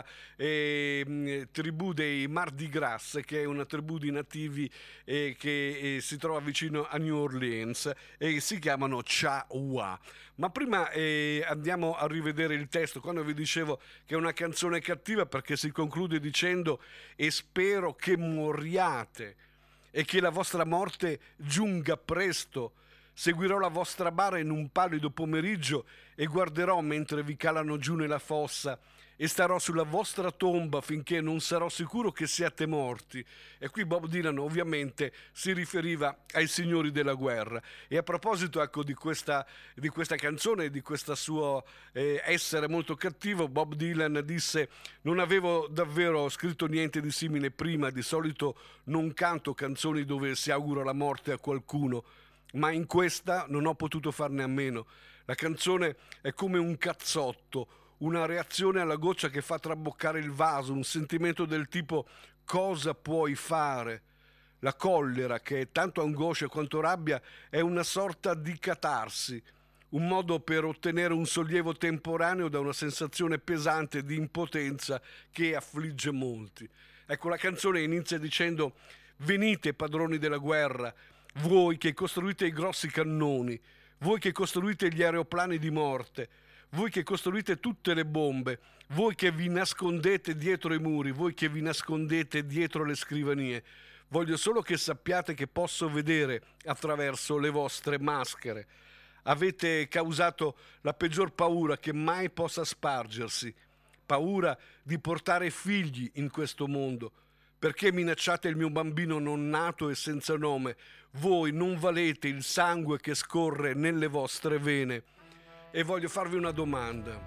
eh, tribù dei Mardi Gras, che è una tribù di nativi eh, che eh, si trova vicino a New Orleans, e si chiamano Cha-Wa. Ma prima eh, andiamo a rivedere il testo. Quando vi dicevo che è una canzone cattiva, perché si conclude dicendo: e spero che moriate e che la vostra morte giunga presto. Seguirò la vostra bara in un pallido pomeriggio e guarderò mentre vi calano giù nella fossa, e starò sulla vostra tomba finché non sarò sicuro che siate morti. E qui Bob Dylan ovviamente si riferiva ai signori della guerra. E a proposito, ecco, di questa, di questa canzone, di questo suo eh, essere molto cattivo, Bob Dylan disse: non avevo davvero scritto niente di simile prima, di solito non canto canzoni dove si augura la morte a qualcuno, ma in questa non ho potuto farne a meno. La canzone è come un cazzotto, una reazione alla goccia che fa traboccare il vaso, un sentimento del tipo: cosa puoi fare? La collera, che è tanto angoscia quanto rabbia, è una sorta di catarsi, un modo per ottenere un sollievo temporaneo da una sensazione pesante di impotenza che affligge molti. Ecco, la canzone inizia dicendo: venite padroni della guerra, voi che costruite i grossi cannoni, voi che costruite gli aeroplani di morte, voi che costruite tutte le bombe, voi che vi nascondete dietro i muri, voi che vi nascondete dietro le scrivanie. Voglio solo che sappiate che posso vedere attraverso le vostre maschere. Avete causato la peggior paura che mai possa spargersi, paura di portare figli in questo mondo. Perché minacciate il mio bambino non nato e senza nome? Voi non valete il sangue che scorre nelle vostre vene. E voglio farvi una domanda.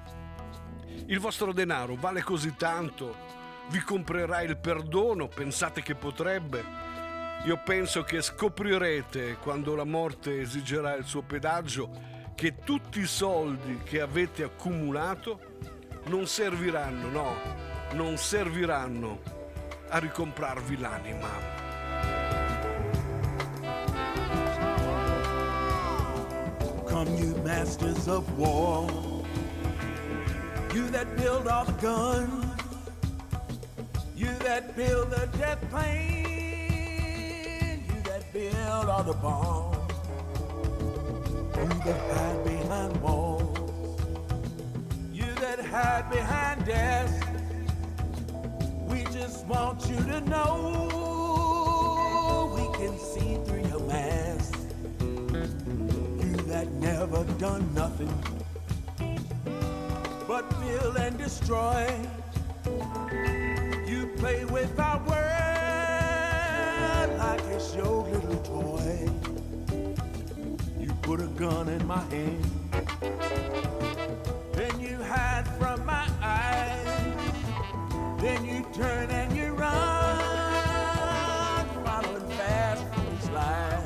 Il vostro denaro vale così tanto? Vi comprerà il perdono? Pensate che potrebbe? Io penso che scoprirete, quando la morte esigerà il suo pedaggio, che tutti i soldi che avete accumulato non serviranno, no, non serviranno a ricomprarvi l'anima. Come you masters of war, you that build all the guns, you that build the death plane, you that build all the bombs, you that hide behind walls, you that hide behind desks. We just want you to know we can see through your mask. You that never done nothing but build and destroy. You play with our world like it's your little toy. You put a gun in my hand, then you hide from my eyes. Then you turn and you run, following fast from the slide.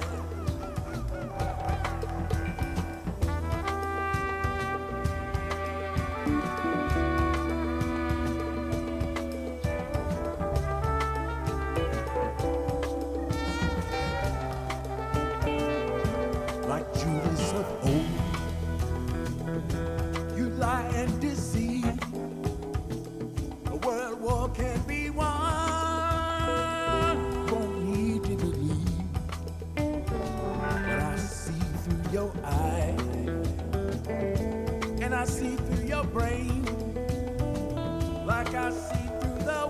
Like Judas of old, and I see through your brain like I see through the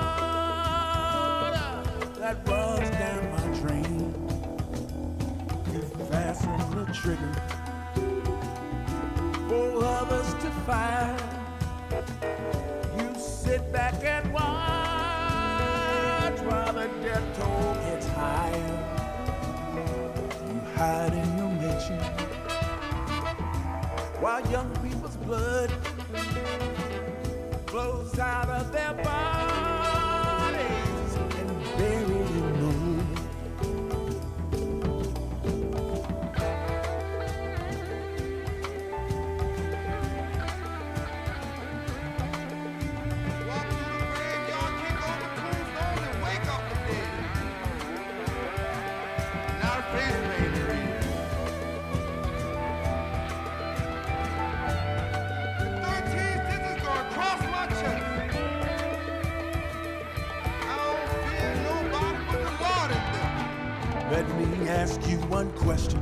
water that runs down my drain. You fasten the trigger for others to fire. You sit back and watch while the death toll gets higher. You hide in your mansion while young people's blood flows out of their bodies and buried in mud. Let me ask you one question.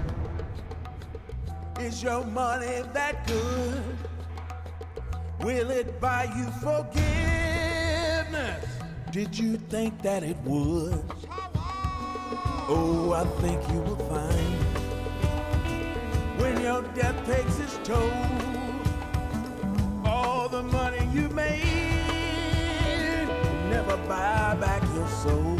Is your money that good? Will it buy you forgiveness? Did you think that it would? Oh, I think you will find when your death takes its toll, all the money you made will never buy back your soul.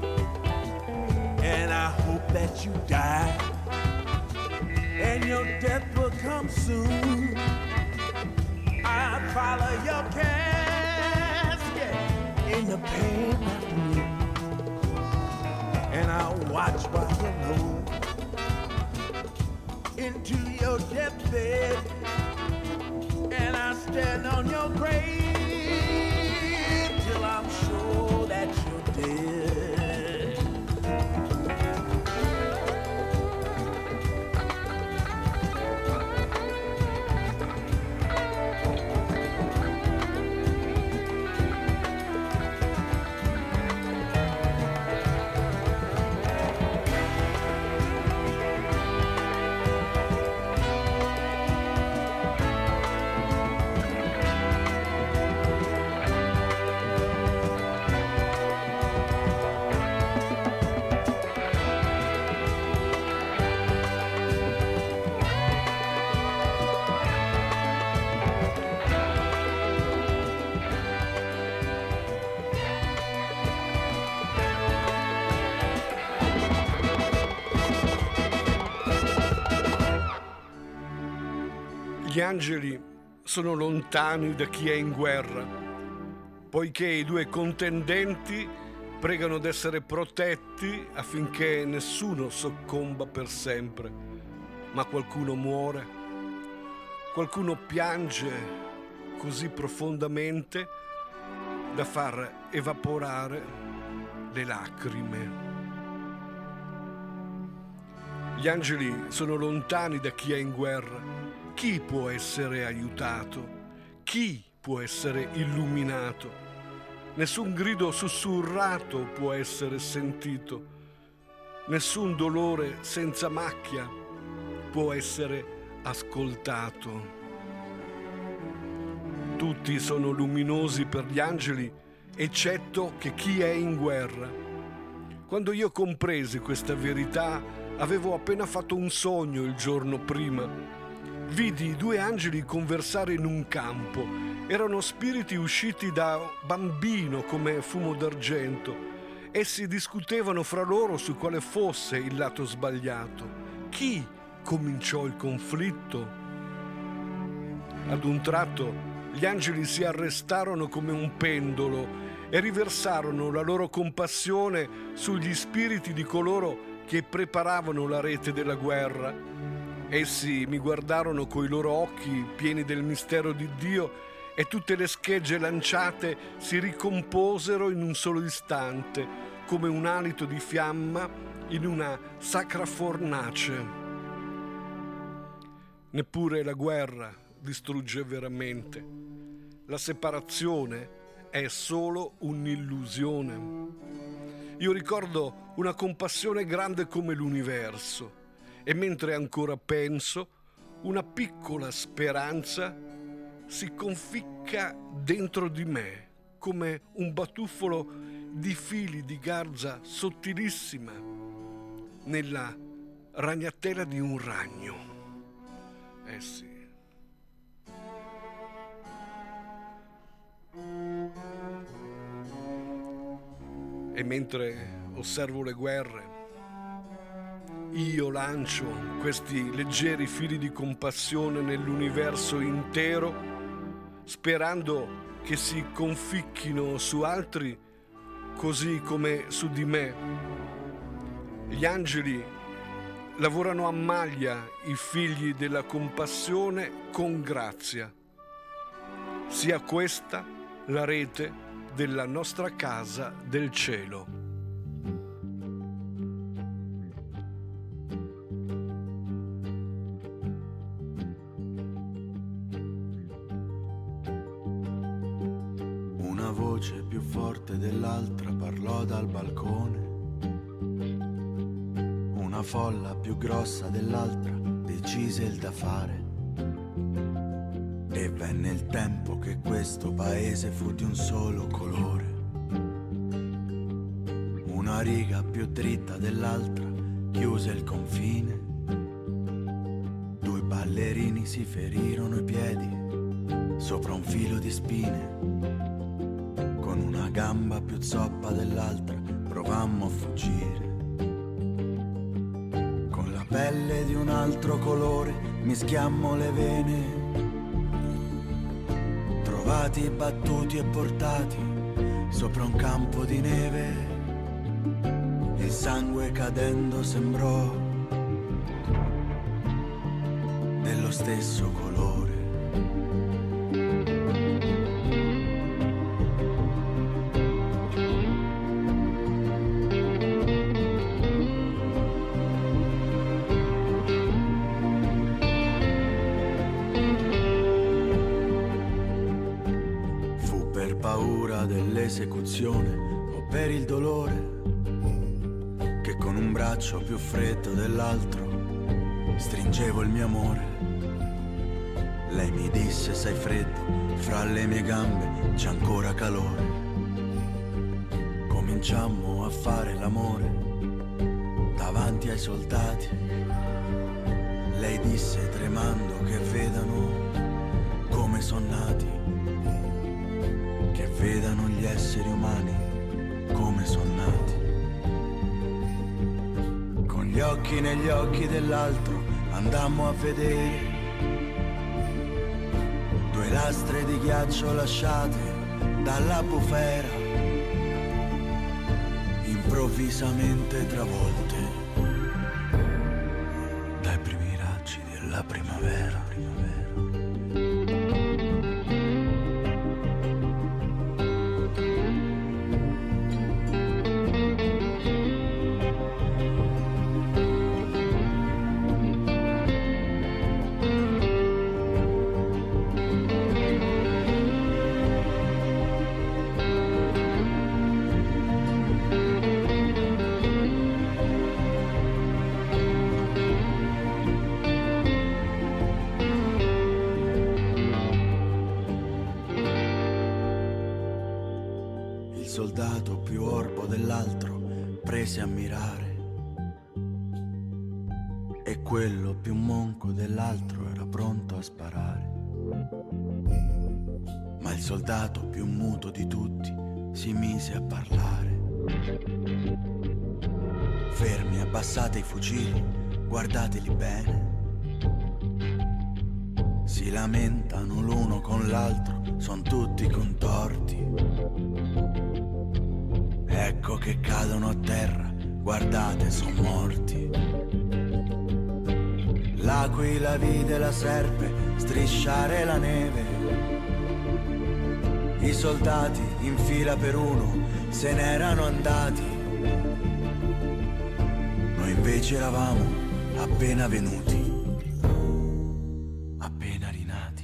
And I hope that you die and your death will come soon. I follow your casket in the pale afternoon, and I'll watch while you load into your deathbed, and I stand on your grave till I'm sure that you're dead. Gli angeli sono lontani da chi è in guerra, poiché i due contendenti pregano d'essere protetti affinché nessuno soccomba per sempre, ma qualcuno muore, qualcuno piange così profondamente da far evaporare le lacrime. Gli angeli sono lontani da chi è in guerra. Chi può essere aiutato? Chi può essere illuminato? Nessun grido sussurrato può essere sentito. Nessun dolore senza macchia può essere ascoltato. Tutti sono luminosi per gli angeli, eccetto che chi è in guerra. Quando io compresi questa verità, avevo appena fatto un sogno il giorno prima. Vidi due angeli conversare in un campo. Erano spiriti usciti da bambino come fumo d'argento. Essi discutevano fra loro su quale fosse il lato sbagliato. Chi cominciò il conflitto? Ad un tratto gli angeli si arrestarono come un pendolo e riversarono la loro compassione sugli spiriti di coloro che preparavano la rete della guerra. Essi mi guardarono coi loro occhi pieni del mistero di Dio e tutte le schegge lanciate si ricomposero in un solo istante, come un alito di fiamma in una sacra fornace. Neppure la guerra distrugge veramente. La separazione è solo un'illusione. Io ricordo una compassione grande come l'universo. E mentre ancora penso, una piccola speranza si conficca dentro di me come un batuffolo di fili di garza sottilissima nella ragnatela di un ragno. Eh sì. E mentre osservo le guerre, io lancio questi leggeri fili di compassione nell'universo intero, sperando che si conficchino su altri così come su di me. Gli angeli lavorano a maglia i figli della compassione con grazia. Sia questa la rete della nostra casa del cielo. Una voce più forte dell'altra parlò dal balcone. Una folla più grossa dell'altra decise il da fare. E venne il tempo che questo paese fu di un solo colore. Una riga più dritta dell'altra chiuse il confine. Due ballerini si ferirono i piedi sopra un filo di spine. Con una gamba più zoppa dell'altra provammo a fuggire. Con la pelle di un altro colore mischiammo le vene. Trovati, battuti e portati sopra un campo di neve. Il sangue cadendo sembrò dello stesso colore. Dell'esecuzione o per il dolore che con un braccio più freddo dell'altro stringevo il mio amore. Lei mi disse: sei freddo, fra le mie gambe c'è ancora calore. Cominciammo a fare l'amore davanti ai soldati. Lei disse tremando che vedano come son nati, che vedano gli esseri umani come son nati. Con gli occhi negli occhi dell'altro andammo a vedere due lastre di ghiaccio lasciate dalla bufera, improvvisamente travolte dai primi raggi della primavera. Soldato più orbo dell'altro prese a mirare e quello più monco dell'altro era pronto a sparare. Ma il soldato più muto di tutti si mise a parlare. Fermi, abbassate i fucili, guardateli bene. Si lamentano l'uno con l'altro, son tutti contorti. Ecco che cadono a terra, guardate, son morti. L'aquila vide la serpe strisciare la neve. I soldati in fila per uno se n'erano andati. Noi invece eravamo appena venuti, appena rinati.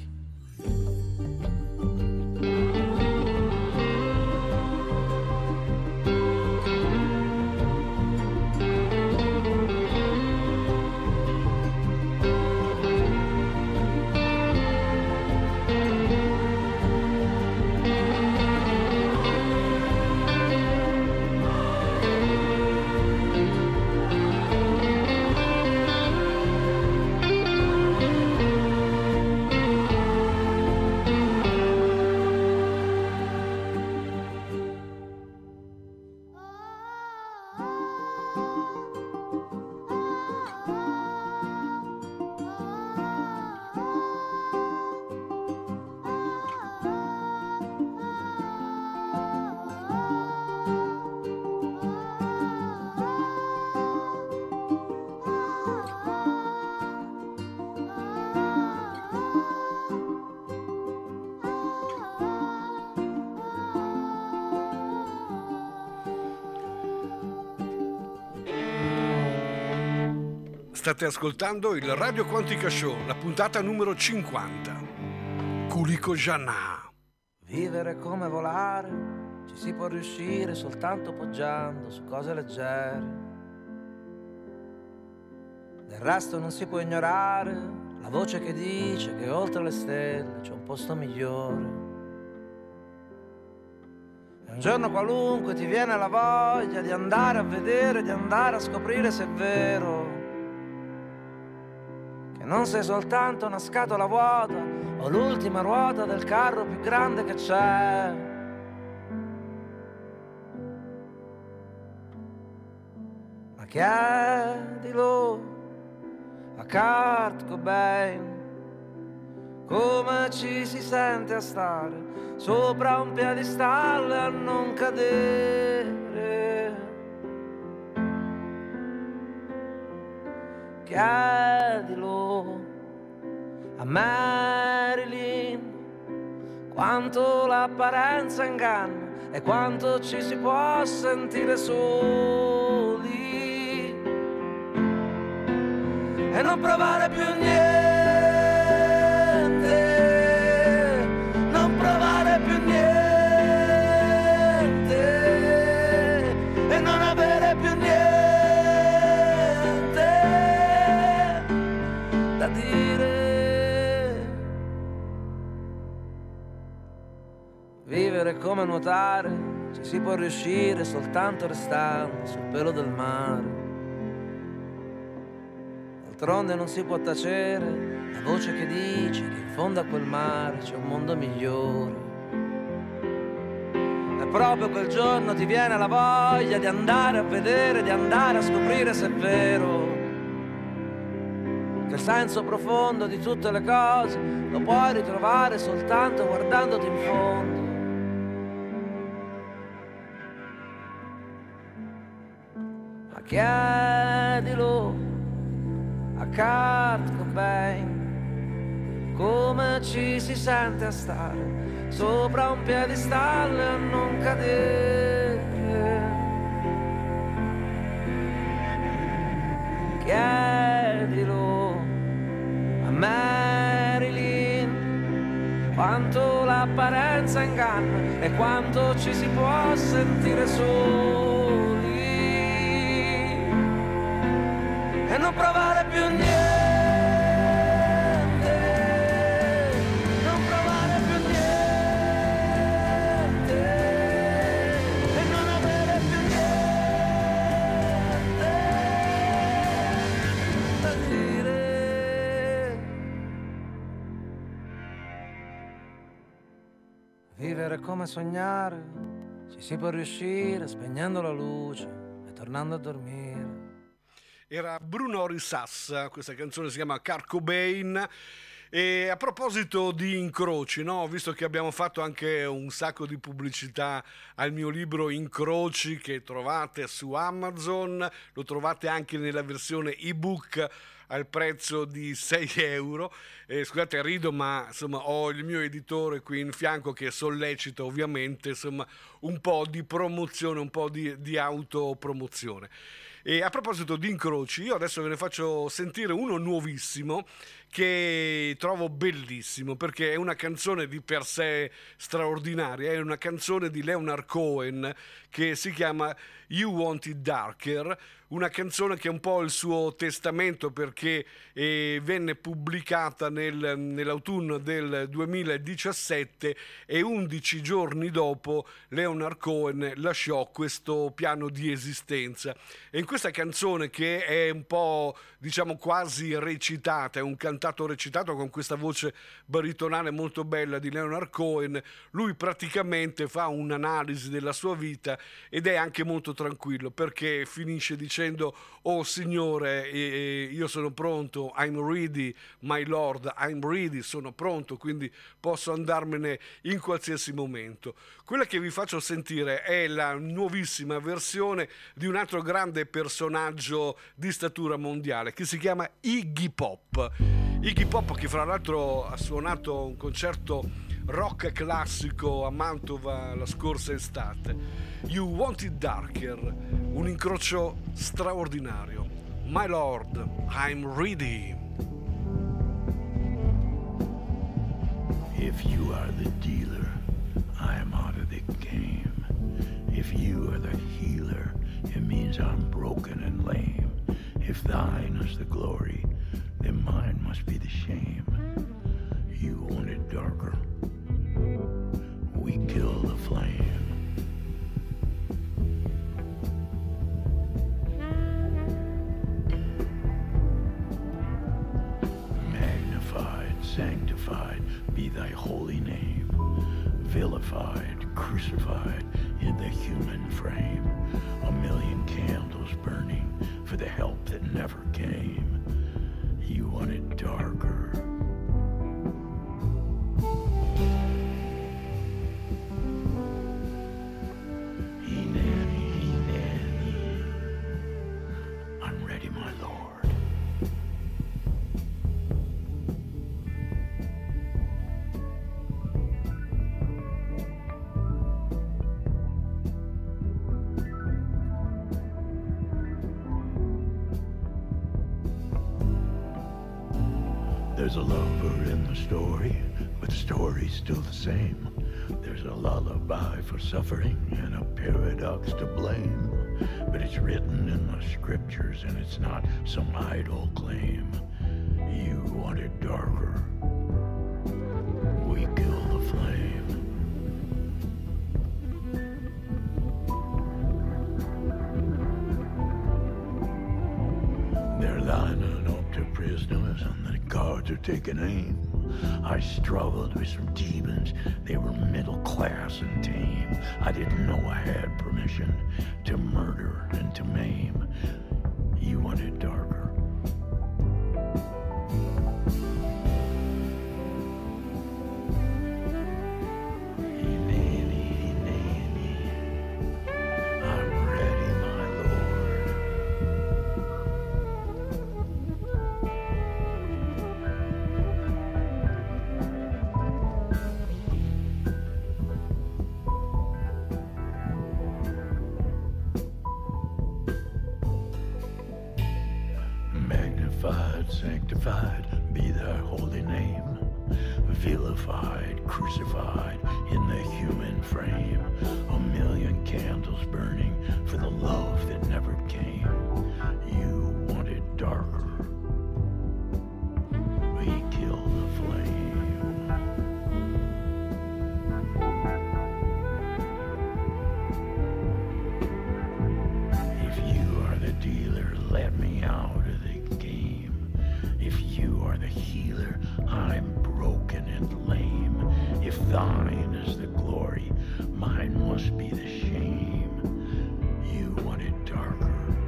State ascoltando il Radio Quantica Show, la puntata numero cinquanta. Kuliko Janà. Vivere come volare, ci si può riuscire soltanto poggiando su cose leggere. Del resto non si può ignorare la voce che dice che oltre le stelle c'è un posto migliore. E un giorno qualunque ti viene la voglia di andare a vedere, di andare a scoprire se è vero che non sei soltanto una scatola vuota o l'ultima ruota del carro più grande che c'è. Ma chiedilo a Kurt Cobain come ci si sente a stare sopra un piedistallo e a non cadere. Chiedilo a Marilyn quanto l'apparenza inganna e quanto ci si può sentire soli e non provare più niente, non provare più niente e non avere più niente da dire. Vivere come nuotare, ci si può riuscire soltanto restando sul pelo del mare. D'altronde non si può tacere la voce che dice che in fondo a quel mare c'è un mondo migliore. E proprio quel giorno ti viene la voglia di andare a vedere, di andare a scoprire se è vero che il senso profondo di tutte le cose lo puoi ritrovare soltanto guardandoti in fondo. Ma chiedilo a Kurt Cobain come ci si sente a stare sopra un piedistallo e a non cadere. Chiedilo a Marilyn quanto l'apparenza inganna e quanto ci si può sentire soli e non provare più niente, non provare più niente e non avere più niente da dire. Vivere come sognare, ci si può riuscire spegnendo la luce e tornando a dormire. Era Bruno Risas, questa canzone si chiama Kurt Cobain. E a proposito di incroci, no? Visto che abbiamo fatto anche un sacco di pubblicità al mio libro Incroci che trovate su Amazon, lo trovate anche nella versione ebook al prezzo di sei euro. Eh, scusate, rido, ma insomma ho il mio editore qui in fianco che sollecita ovviamente insomma un po' di promozione, un po' di, di autopromozione. E a proposito di incroci, io adesso ve ne faccio sentire uno nuovissimo che trovo bellissimo perché è una canzone di per sé straordinaria, è una canzone di Leonard Cohen che si chiama You Want It Darker, una canzone che è un po' il suo testamento perché eh, venne pubblicata nel, nell'autunno del duemiladiciassette e undici giorni dopo Leonard Cohen lasciò questo piano di esistenza. E in questa canzone, che è un po' diciamo quasi recitata, è un cantato recitato con questa voce baritonale molto bella di Leonard Cohen, lui praticamente fa un'analisi della sua vita ed è anche molto tranquillo perché finisce dicendo: oh Signore, eh, io sono pronto, I'm ready, my Lord, I'm ready, sono pronto, quindi posso andarmene in qualsiasi momento. Quella che vi faccio sentire è la nuovissima versione di un altro grande personaggio di statura mondiale che si chiama Iggy Pop. Iggy Pop, che fra l'altro ha suonato un concerto rock classico a Mantova la scorsa estate. You Want It Darker, un incrocio straordinario, My Lord, I'm ready. If you are the dealer, I am out of the game. If you are the healer, it means I'm broken and lame. If thine is the glory, then mine must be the shame. You want it darker, we kill the flame. Magnified, sanctified be thy holy name. Vilified, crucified in the human frame. A million candles burning for the help that never came. You want it darker. He-nanny, he-nanny, I'm ready, my lord. There's a lover in the story, but the story's still the same. There's a lullaby for suffering and a paradox to blame. But it's written in the scriptures and it's not some idle claim. You want it darker, we kill the flame. They're lining up to prisoners and the guards are taking aim. I struggled with some demons, they were middle class and tame. I didn't know I had permission to murder and to maim. You want it darker. Sanctified be thy holy name. Vilified, crucified in the human frame. A million candles burning for the love that never came. You want it darker, we kill the flame. If you are the dealer, let me out of the game. If you are the healer, I'm broken and lame. If thine is the glory, mine must be the shame. You want it darker.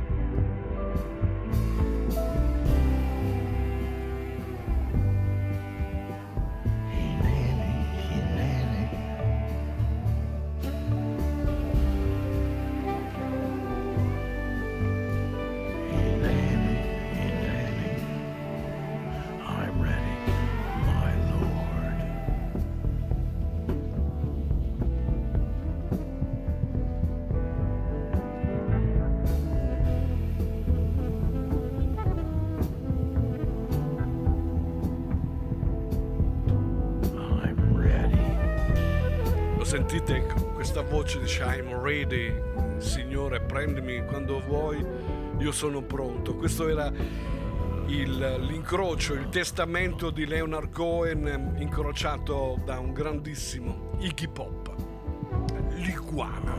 Sentite questa voce, dice I'm ready, Signore prendimi quando vuoi, io sono pronto. Questo era il, l'incrocio, il testamento di Leonard Cohen incrociato da un grandissimo Iggy Pop, l'iguana.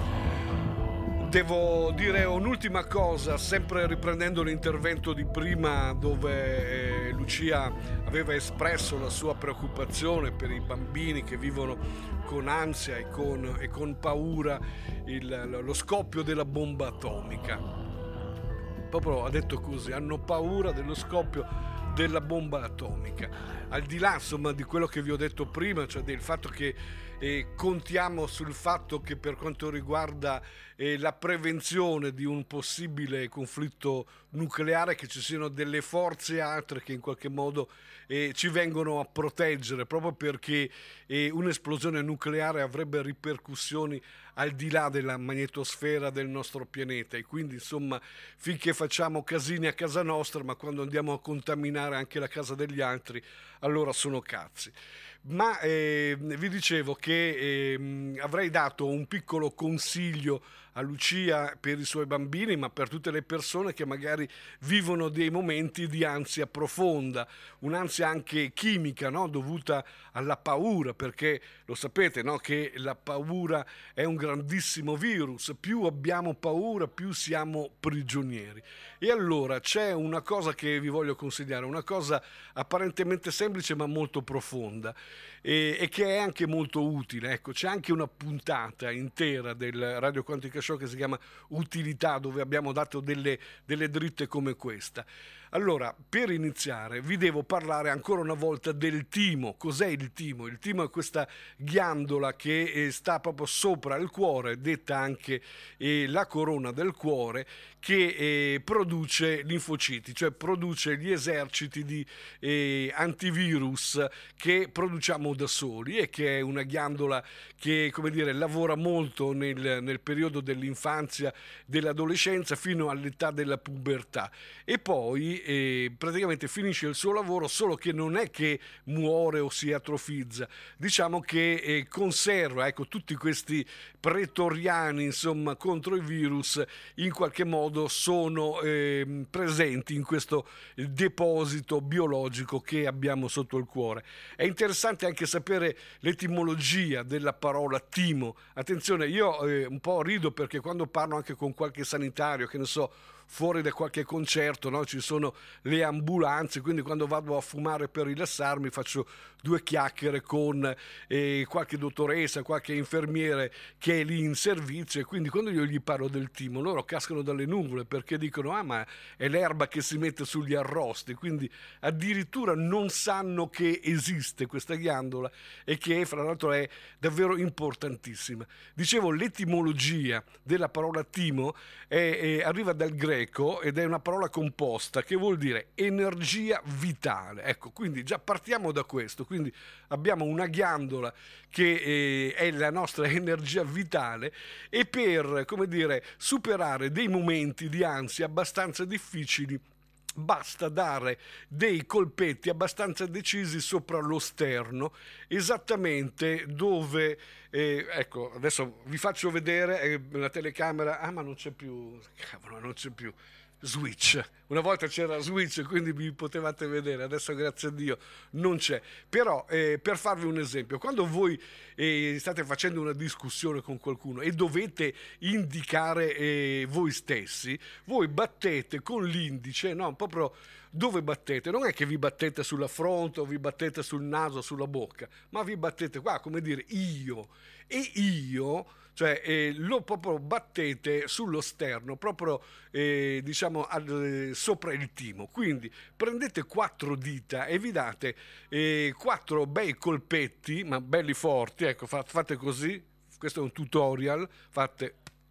Devo dire un'ultima cosa, sempre riprendendo l'intervento di prima dove Lucia aveva espresso la sua preoccupazione per i bambini che vivono con ansia e con, e con paura il, lo scoppio della bomba atomica. Proprio ha detto così, hanno paura dello scoppio della bomba atomica. Al di là insomma di quello che vi ho detto prima, cioè del fatto che eh, contiamo sul fatto che per quanto riguarda eh, la prevenzione di un possibile conflitto nucleare, che ci siano delle forze altre che in qualche modo eh, ci vengono a proteggere, proprio perché eh, un'esplosione nucleare avrebbe ripercussioni al di là della magnetosfera del nostro pianeta, e quindi insomma finché facciamo casini a casa nostra, ma quando andiamo a contaminare anche la casa degli altri, allora sono cazzi. Ma eh, vi dicevo che eh, avrei dato un piccolo consiglio a Lucia per i suoi bambini, ma per tutte le persone che magari vivono dei momenti di ansia profonda, un'ansia anche chimica, no? Dovuta alla paura, perché lo sapete, no? Che la paura è un grandissimo virus, più abbiamo paura più siamo prigionieri. E allora c'è una cosa che vi voglio consigliare, una cosa apparentemente semplice ma molto profonda, e, e che è anche molto utile. Ecco, c'è anche una puntata intera del Radio Quantica Show che si chiama Utilità, dove abbiamo dato delle, delle dritte come questa. Allora, per iniziare vi devo parlare ancora una volta del timo. Cos'è il timo? Il timo è questa ghiandola che eh, sta proprio sopra il cuore, detta anche eh, la corona del cuore, che eh, produce linfociti, cioè produce gli eserciti di eh, antivirus che produciamo da soli, e che è una ghiandola che, come dire, lavora molto nel, nel periodo dell'infanzia, dell'adolescenza fino all'età della pubertà, e poi e praticamente finisce il suo lavoro, solo che non è che muore o si atrofizza, diciamo che eh, conserva, ecco, tutti questi pretoriani, insomma, contro i virus, in qualche modo sono eh, presenti in questo deposito biologico che abbiamo sotto il cuore. È interessante anche sapere l'etimologia della parola timo. Attenzione, io eh, un po' rido perché quando parlo anche con qualche sanitario, che ne so, fuori da qualche concerto, no? Ci sono le ambulanze, quindi quando vado a fumare per rilassarmi faccio due chiacchiere con eh, qualche dottoressa, qualche infermiere che è lì in servizio, e quindi quando io gli parlo del timo loro cascano dalle nuvole, perché dicono ah ma è l'erba che si mette sugli arrosti, quindi addirittura non sanno che esiste questa ghiandola e che fra l'altro è davvero importantissima. Dicevo, l'etimologia della parola timo è, è, arriva dal greco ed è una parola composta che vuol dire energia vitale. Ecco, quindi già partiamo da questo. Quindi abbiamo una ghiandola che eh, è la nostra energia vitale, e per, come dire, superare dei momenti di ansia abbastanza difficili basta dare dei colpetti abbastanza decisi sopra lo sterno, esattamente dove eh, ecco, adesso vi faccio vedere eh, la telecamera. Ah, ma non c'è più, cavolo, non c'è più Switch. Una volta c'era Switch, quindi vi potevate vedere, adesso grazie a Dio non c'è. Però eh, per farvi un esempio, quando voi eh, state facendo una discussione con qualcuno e dovete indicare eh, voi stessi, voi battete con l'indice, no, proprio dove battete, non è che vi battete sulla fronte o vi battete sul naso, sulla bocca, ma vi battete qua, come dire io, e io, cioè eh, lo proprio battete sullo sterno, proprio eh, diciamo al, eh, sopra il timo. Quindi prendete quattro dita e vi date eh, quattro bei colpetti, ma belli forti, ecco, fate così, questo è un tutorial, fate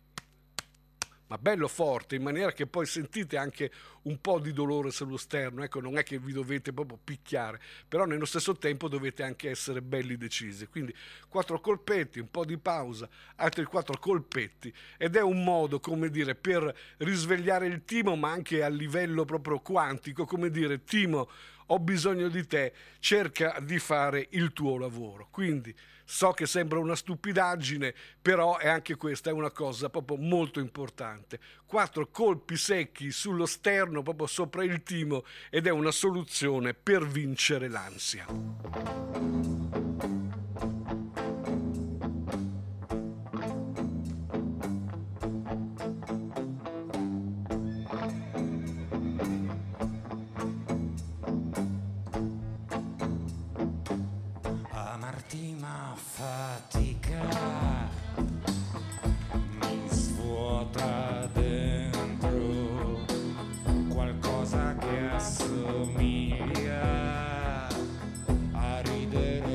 ma bello forte, in maniera che poi sentite anche un po' di dolore sullo sterno. Ecco, non è che vi dovete proprio picchiare, però nello stesso tempo dovete anche essere belli decisi. Quindi quattro colpetti, un po' di pausa, altri quattro colpetti, ed è un modo, come dire, per risvegliare il timo, ma anche a livello proprio quantico, come dire: timo, ho bisogno di te, cerca di fare il tuo lavoro. Quindi so che sembra una stupidaggine, però è anche questa è una cosa proprio molto importante. Quattro colpi secchi sullo sterno, proprio sopra il timo, ed è una soluzione per vincere l'ansia. Fatica mi svuota dentro qualcosa che assomiglia a ridere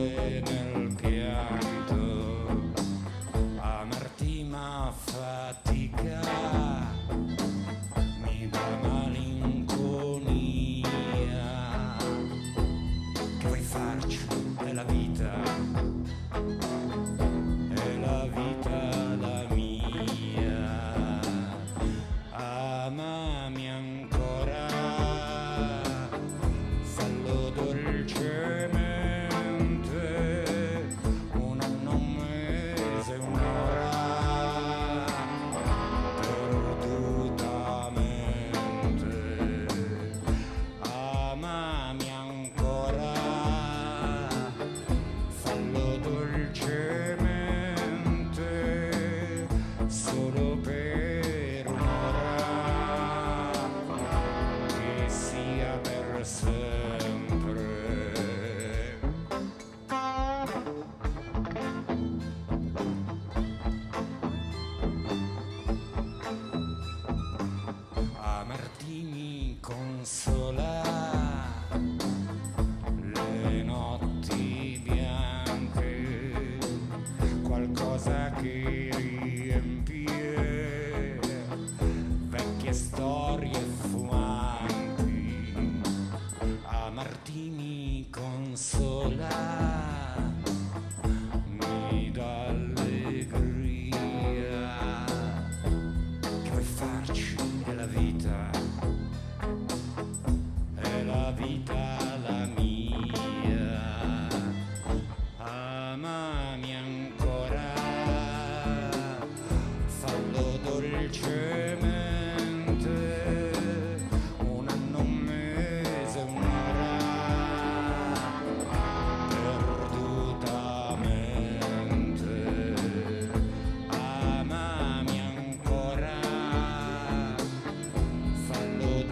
è la vita la mia, amami ancora, fallo dolcemente, un anno, un mese, un'ora, perdutamente, amami ancora, fallo dolcemente, solo per un'ora, che sia per sempre. Amarti mi consola le notti bianche, qualcosa che riempie vecchie storie fumanti. Amarti mi consola, mi dà allegria. Che vuoi farci della vita? È la vita la mia, amami ancora, fallo dolcemente, un anno, un mese, un'ora, perdutamente, amami ancora, fallo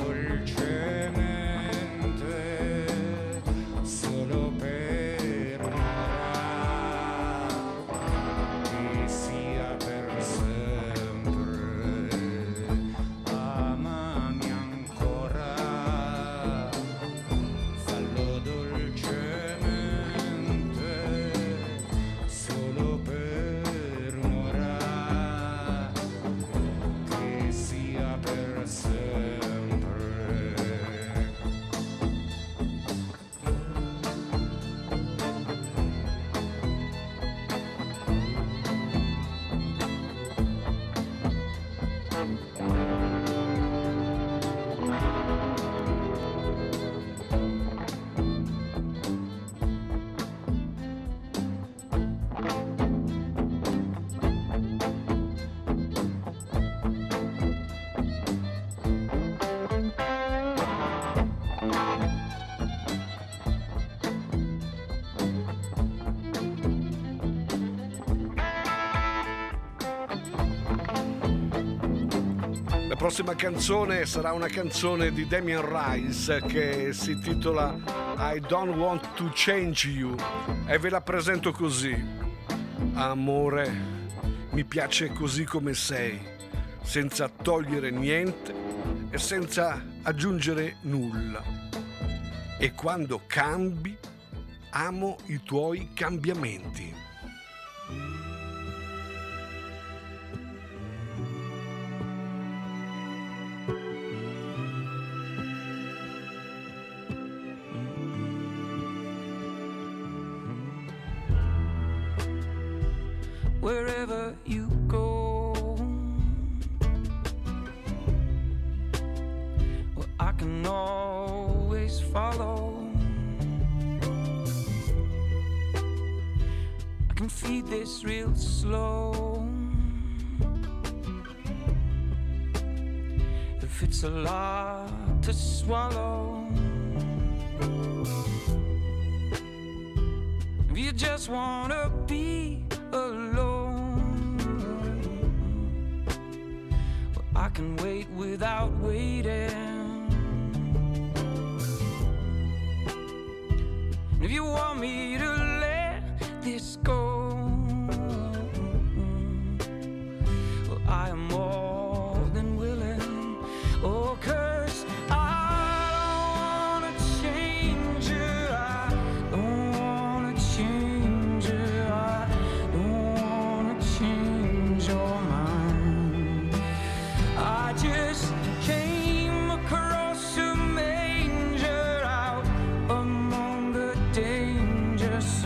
dolcemente, solo per un'ora, che sia per sempre. Amami ancora, fallo dolcemente, solo per un'ora, che sia per sempre. La prossima canzone sarà una canzone di Damien Rice che si intitola I Don't Want to Change You e ve la presento così. Amore, mi piace così come sei, senza togliere niente e senza aggiungere nulla. E quando cambi, amo i tuoi cambiamenti. Wherever you go, well, I can always follow. I can feed this real slow. If it's a lot to swallow, if you just wanna be alone, well, I can wait without waiting. And if you want me to let this go, well, I am more than willing. Oh, 'cause I don't wanna change you, I don't wanna change you, I don't wanna change your mind. I just came across a manger out among the dangers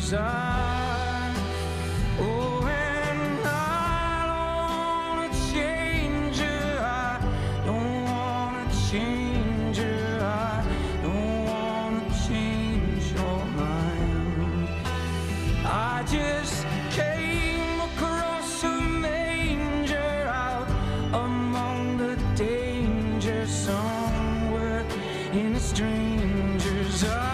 strangers. I, oh, and I don't wanna change you. I don't wanna change you. I don't wanna change your mind. I just came across a manger out among the dangers somewhere in a stranger's eyes.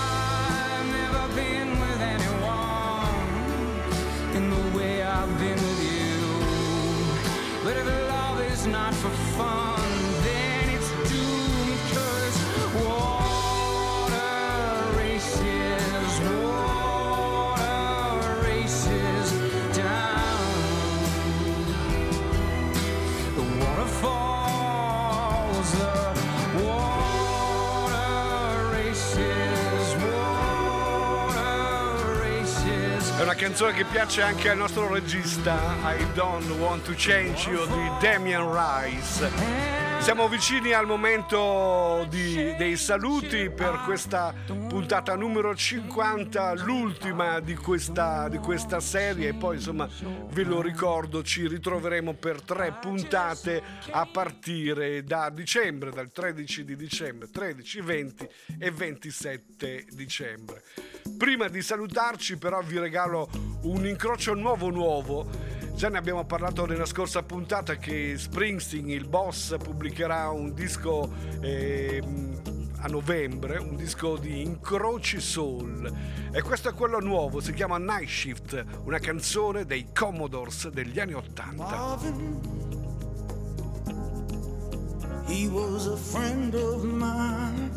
But if love is not for fun, then it's doomed, 'cause water races, water races down. The waterfalls, the water races, water races. È una canzone che piace anche al nostro regista, I Don't Want to Change You di Damien Rice. Siamo vicini al momento di, dei saluti per questa puntata numero cinquanta, l'ultima di questa, di questa serie, e poi insomma ve lo ricordo, ci ritroveremo per tre puntate a partire da dicembre, dal tredici di dicembre, tredici, venti e ventisette dicembre. Prima di salutarci però vi regalo un incrocio nuovo nuovo. Già ne abbiamo parlato nella scorsa puntata che Springsteen, il boss, pubblicherà un disco eh, a novembre, un disco di incroci soul, e questo è quello nuovo, si chiama Night Shift, una canzone dei Commodores degli anni ottanta. Marvin, he was a friend of mine,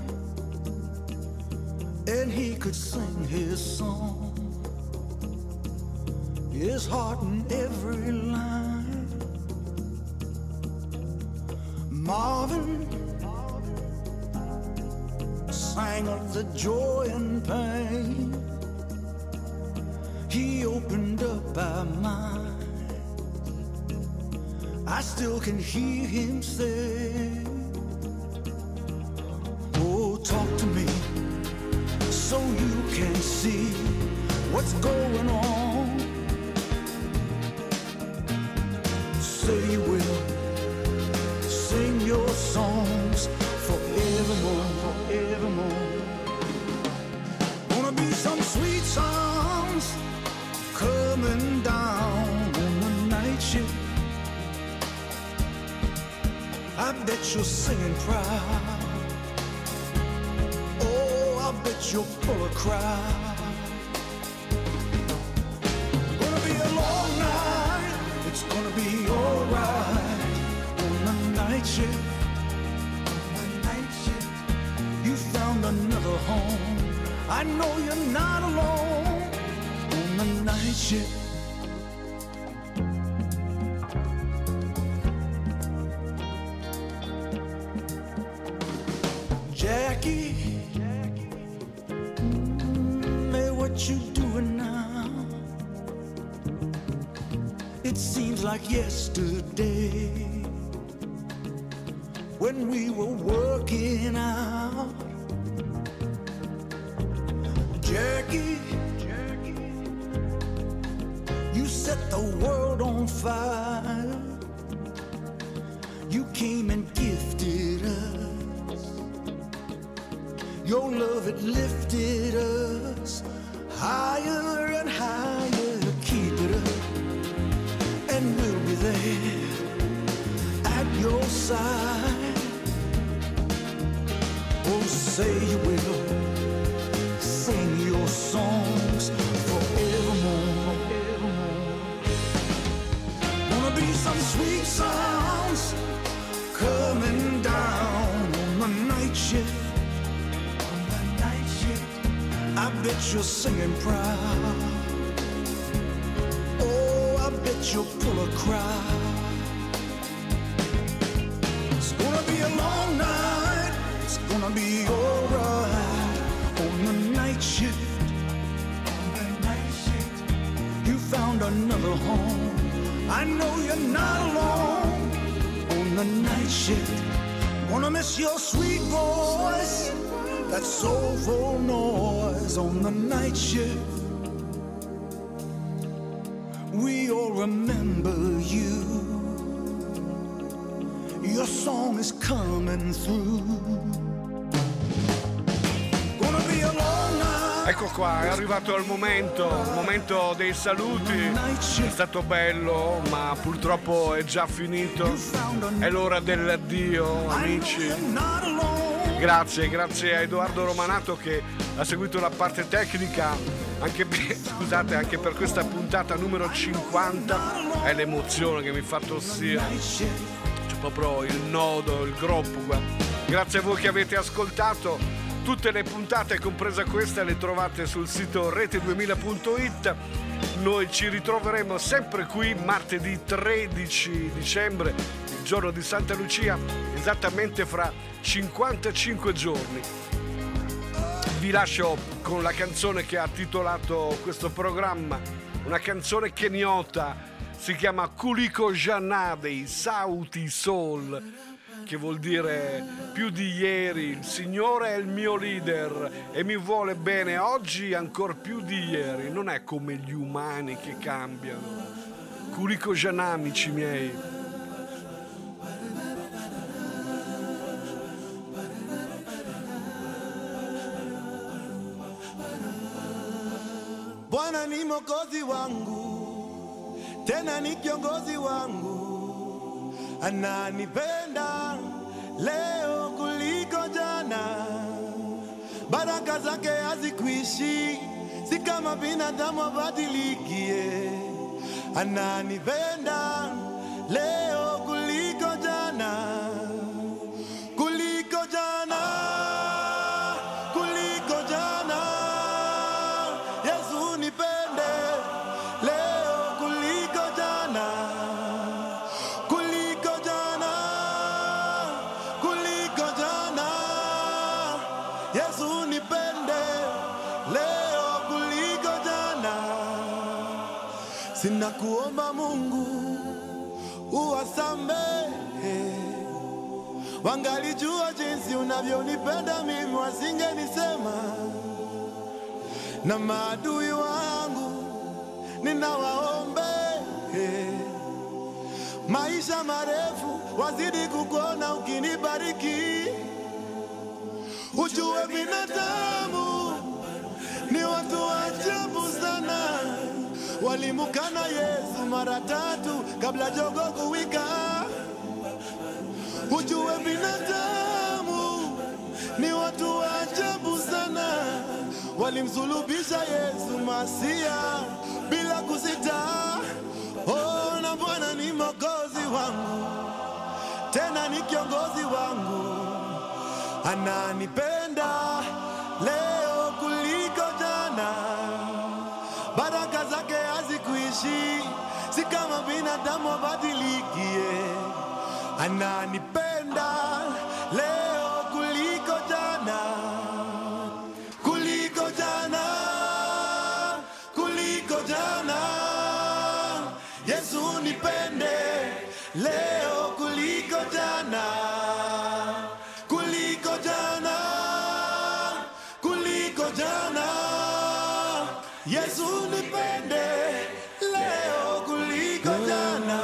and he could sing his song, his heart in every line. Marvin sang of the joy and pain. He opened up our mind. I still can hear him say, oh, talk to me so you can see what's going on. Say you will sing your songs forevermore, forevermore. Gonna be some sweet songs coming down on the night shift. I bet you're singing proud. Oh, I bet you'll pull a crowd. Gonna be a long night. It's gonna be alright on the night shift. On the night shift, you found another home. I know you're not alone on the night shift. Jackie, mm, hey, what you doing now? It seems like yesterday when we were working out. Jackie, you set the world on fire. You came and gifted us. Your love, it lifted us higher and higher. Keep it up, and we'll be there at your side. Oh, say you will sing your songs forevermore, forevermore. Gonna be some sweet sounds coming down on the night shift. On the night shift, I bet you're singing proud. I bet you'll pull a crowd. It's gonna be a long night. It's gonna be alright on the night shift. On the night shift, you found another home. I know you're not alone on the night shift. Wanna miss your sweet voice, that soulful noise on the night shift. we all remember you. Your song is coming through. Gonna be a long night. Ecco qua, è arrivato il momento, il momento dei saluti. È stato bello, ma purtroppo è già finito. È l'ora dell'addio, amici. Grazie, grazie a Edoardo Romanato che ha seguito la parte tecnica. Anche per, scusate, anche per questa puntata numero cinquanta. È l'emozione che mi fa tossire. C'è proprio il nodo, il groppo qua. Grazie a voi che avete ascoltato. Tutte le puntate, compresa questa, le trovate sul sito rete duemila punto it. Noi ci ritroveremo sempre qui martedì tredici dicembre, il giorno di Santa Lucia, esattamente fra cinquantacinque giorni. Vi lascio con la canzone che ha titolato questo programma, una canzone kenyota, si chiama Kuliko Jana dei Sauti Soul, che vuol dire più di ieri. Il Signore è il mio leader e mi vuole bene oggi ancor più di ieri. Non è come gli umani che cambiano. Kuliko Jana, amici miei. Bwana ni mwokozi wangu, tena ni kiongozi wangu, ananipenda leo kuliko jana. Baraka zake hazikuishi, si kama binadamu abadilikie. Ananipenda leo kuliko jana, kuliko jana, kuliko jana. Yesu nipende leo kuliko jana, kuliko jana, kuliko jana. Yesu nipende leo kuliko jana. Sina kuomba Mungu uwasamehe, wangalijua jinsi unavyonipenda mimi wasingenisema. Na maadui wangu ninawaombe maisha marefu, wazidi kukuona ukinibariki. Ujue binadamu ni watu wa ajabu sana, walimukana Yesu mara tatu kabla jogoo kuwika. Ujue binadamu ni watu wa ajabu sana, walimsulubisha Yesu Masia bila kusita. Oh, na Bwana ni mwokozi wangu, tena ni kiongozi wangu, ananipenda leo kuliko jana. Baraka zake hazikuishi, si kama binadamu abadilikie. Ananipenda leo kuliko jana, kuliko jana, kuliko jana. Yesu nipende leo kuliko jana, kuliko jana, kuliko jana. Yesu nipende leo kuliko jana.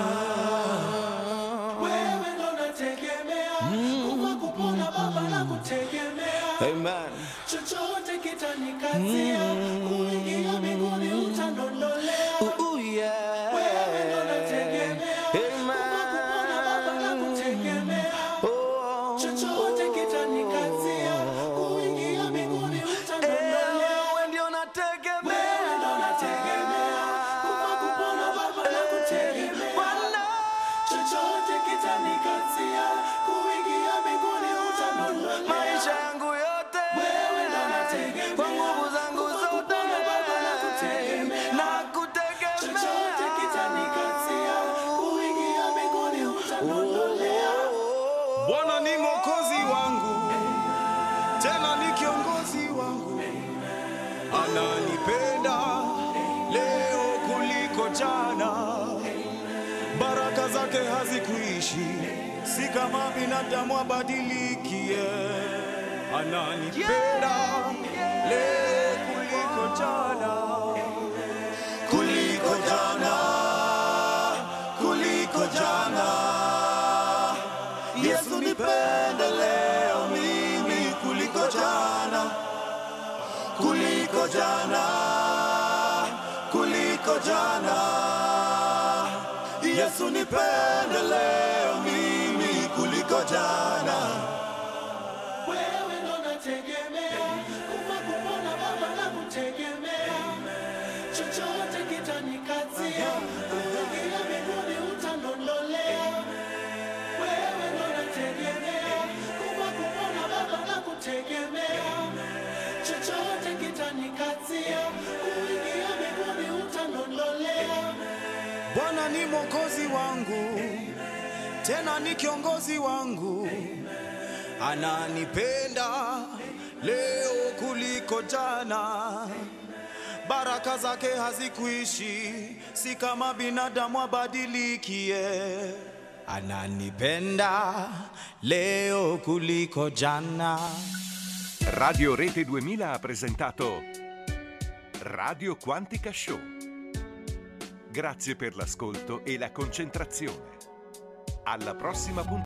Wewe ndo nategemea, kufa kupona Baba na kutegemea. Amen. Chochote kitanikazia, kuingia mbinguni utandondolea. Ooh, yeah. Wewe ndo nategemea, kufa kupona Baba na kutegemea. Chochote kitanikazia, kuingia mbinguni utandondolea. Wewe ndio nategemea. Wewe ndo nategemea, kufa kupona Baba na kutegemea. Chochote kitanikazia, kuingia mbinguni utandondolea. Maisha yangu yote wewe ndo nategemea, kwa nguvu zangu zote nakutegemea. Chochote kitanikazia, kuingia mbinguni utandondolea. Bwana ni mwokozi wangu, tena ni kiongozi wangu, ananipenda leo kuliko jana. Baraka zake hazikuishi, si kama binadamu abadilikie. Ananipenda leo kuliko jana, kuliko jana. kuliko jana, kuliko jana. Yesu nipende leo mimi kuliko jana. Wewe ndo nategemea, kufa kupona Baba nakutegemea. Chochote kitanikazia, kuingia mbinguni utanondolea. Wewe ndo nategemea, kufa kupona Baba nakutegemea. Chochote kitanikazia, kuingia mbinguni utanondolea. Bwana ni mwokozi wangu, tena ni kiongozi wangu. Ananipenda leo kuliko jana. Baraka zake hazikuishi, si kama binadamu abadilikie. Ananipenda leo kuliko jana. Radio Rete duemila ha presentato Radio Quantica Show. Grazie per l'ascolto e la concentrazione. Alla prossima puntata.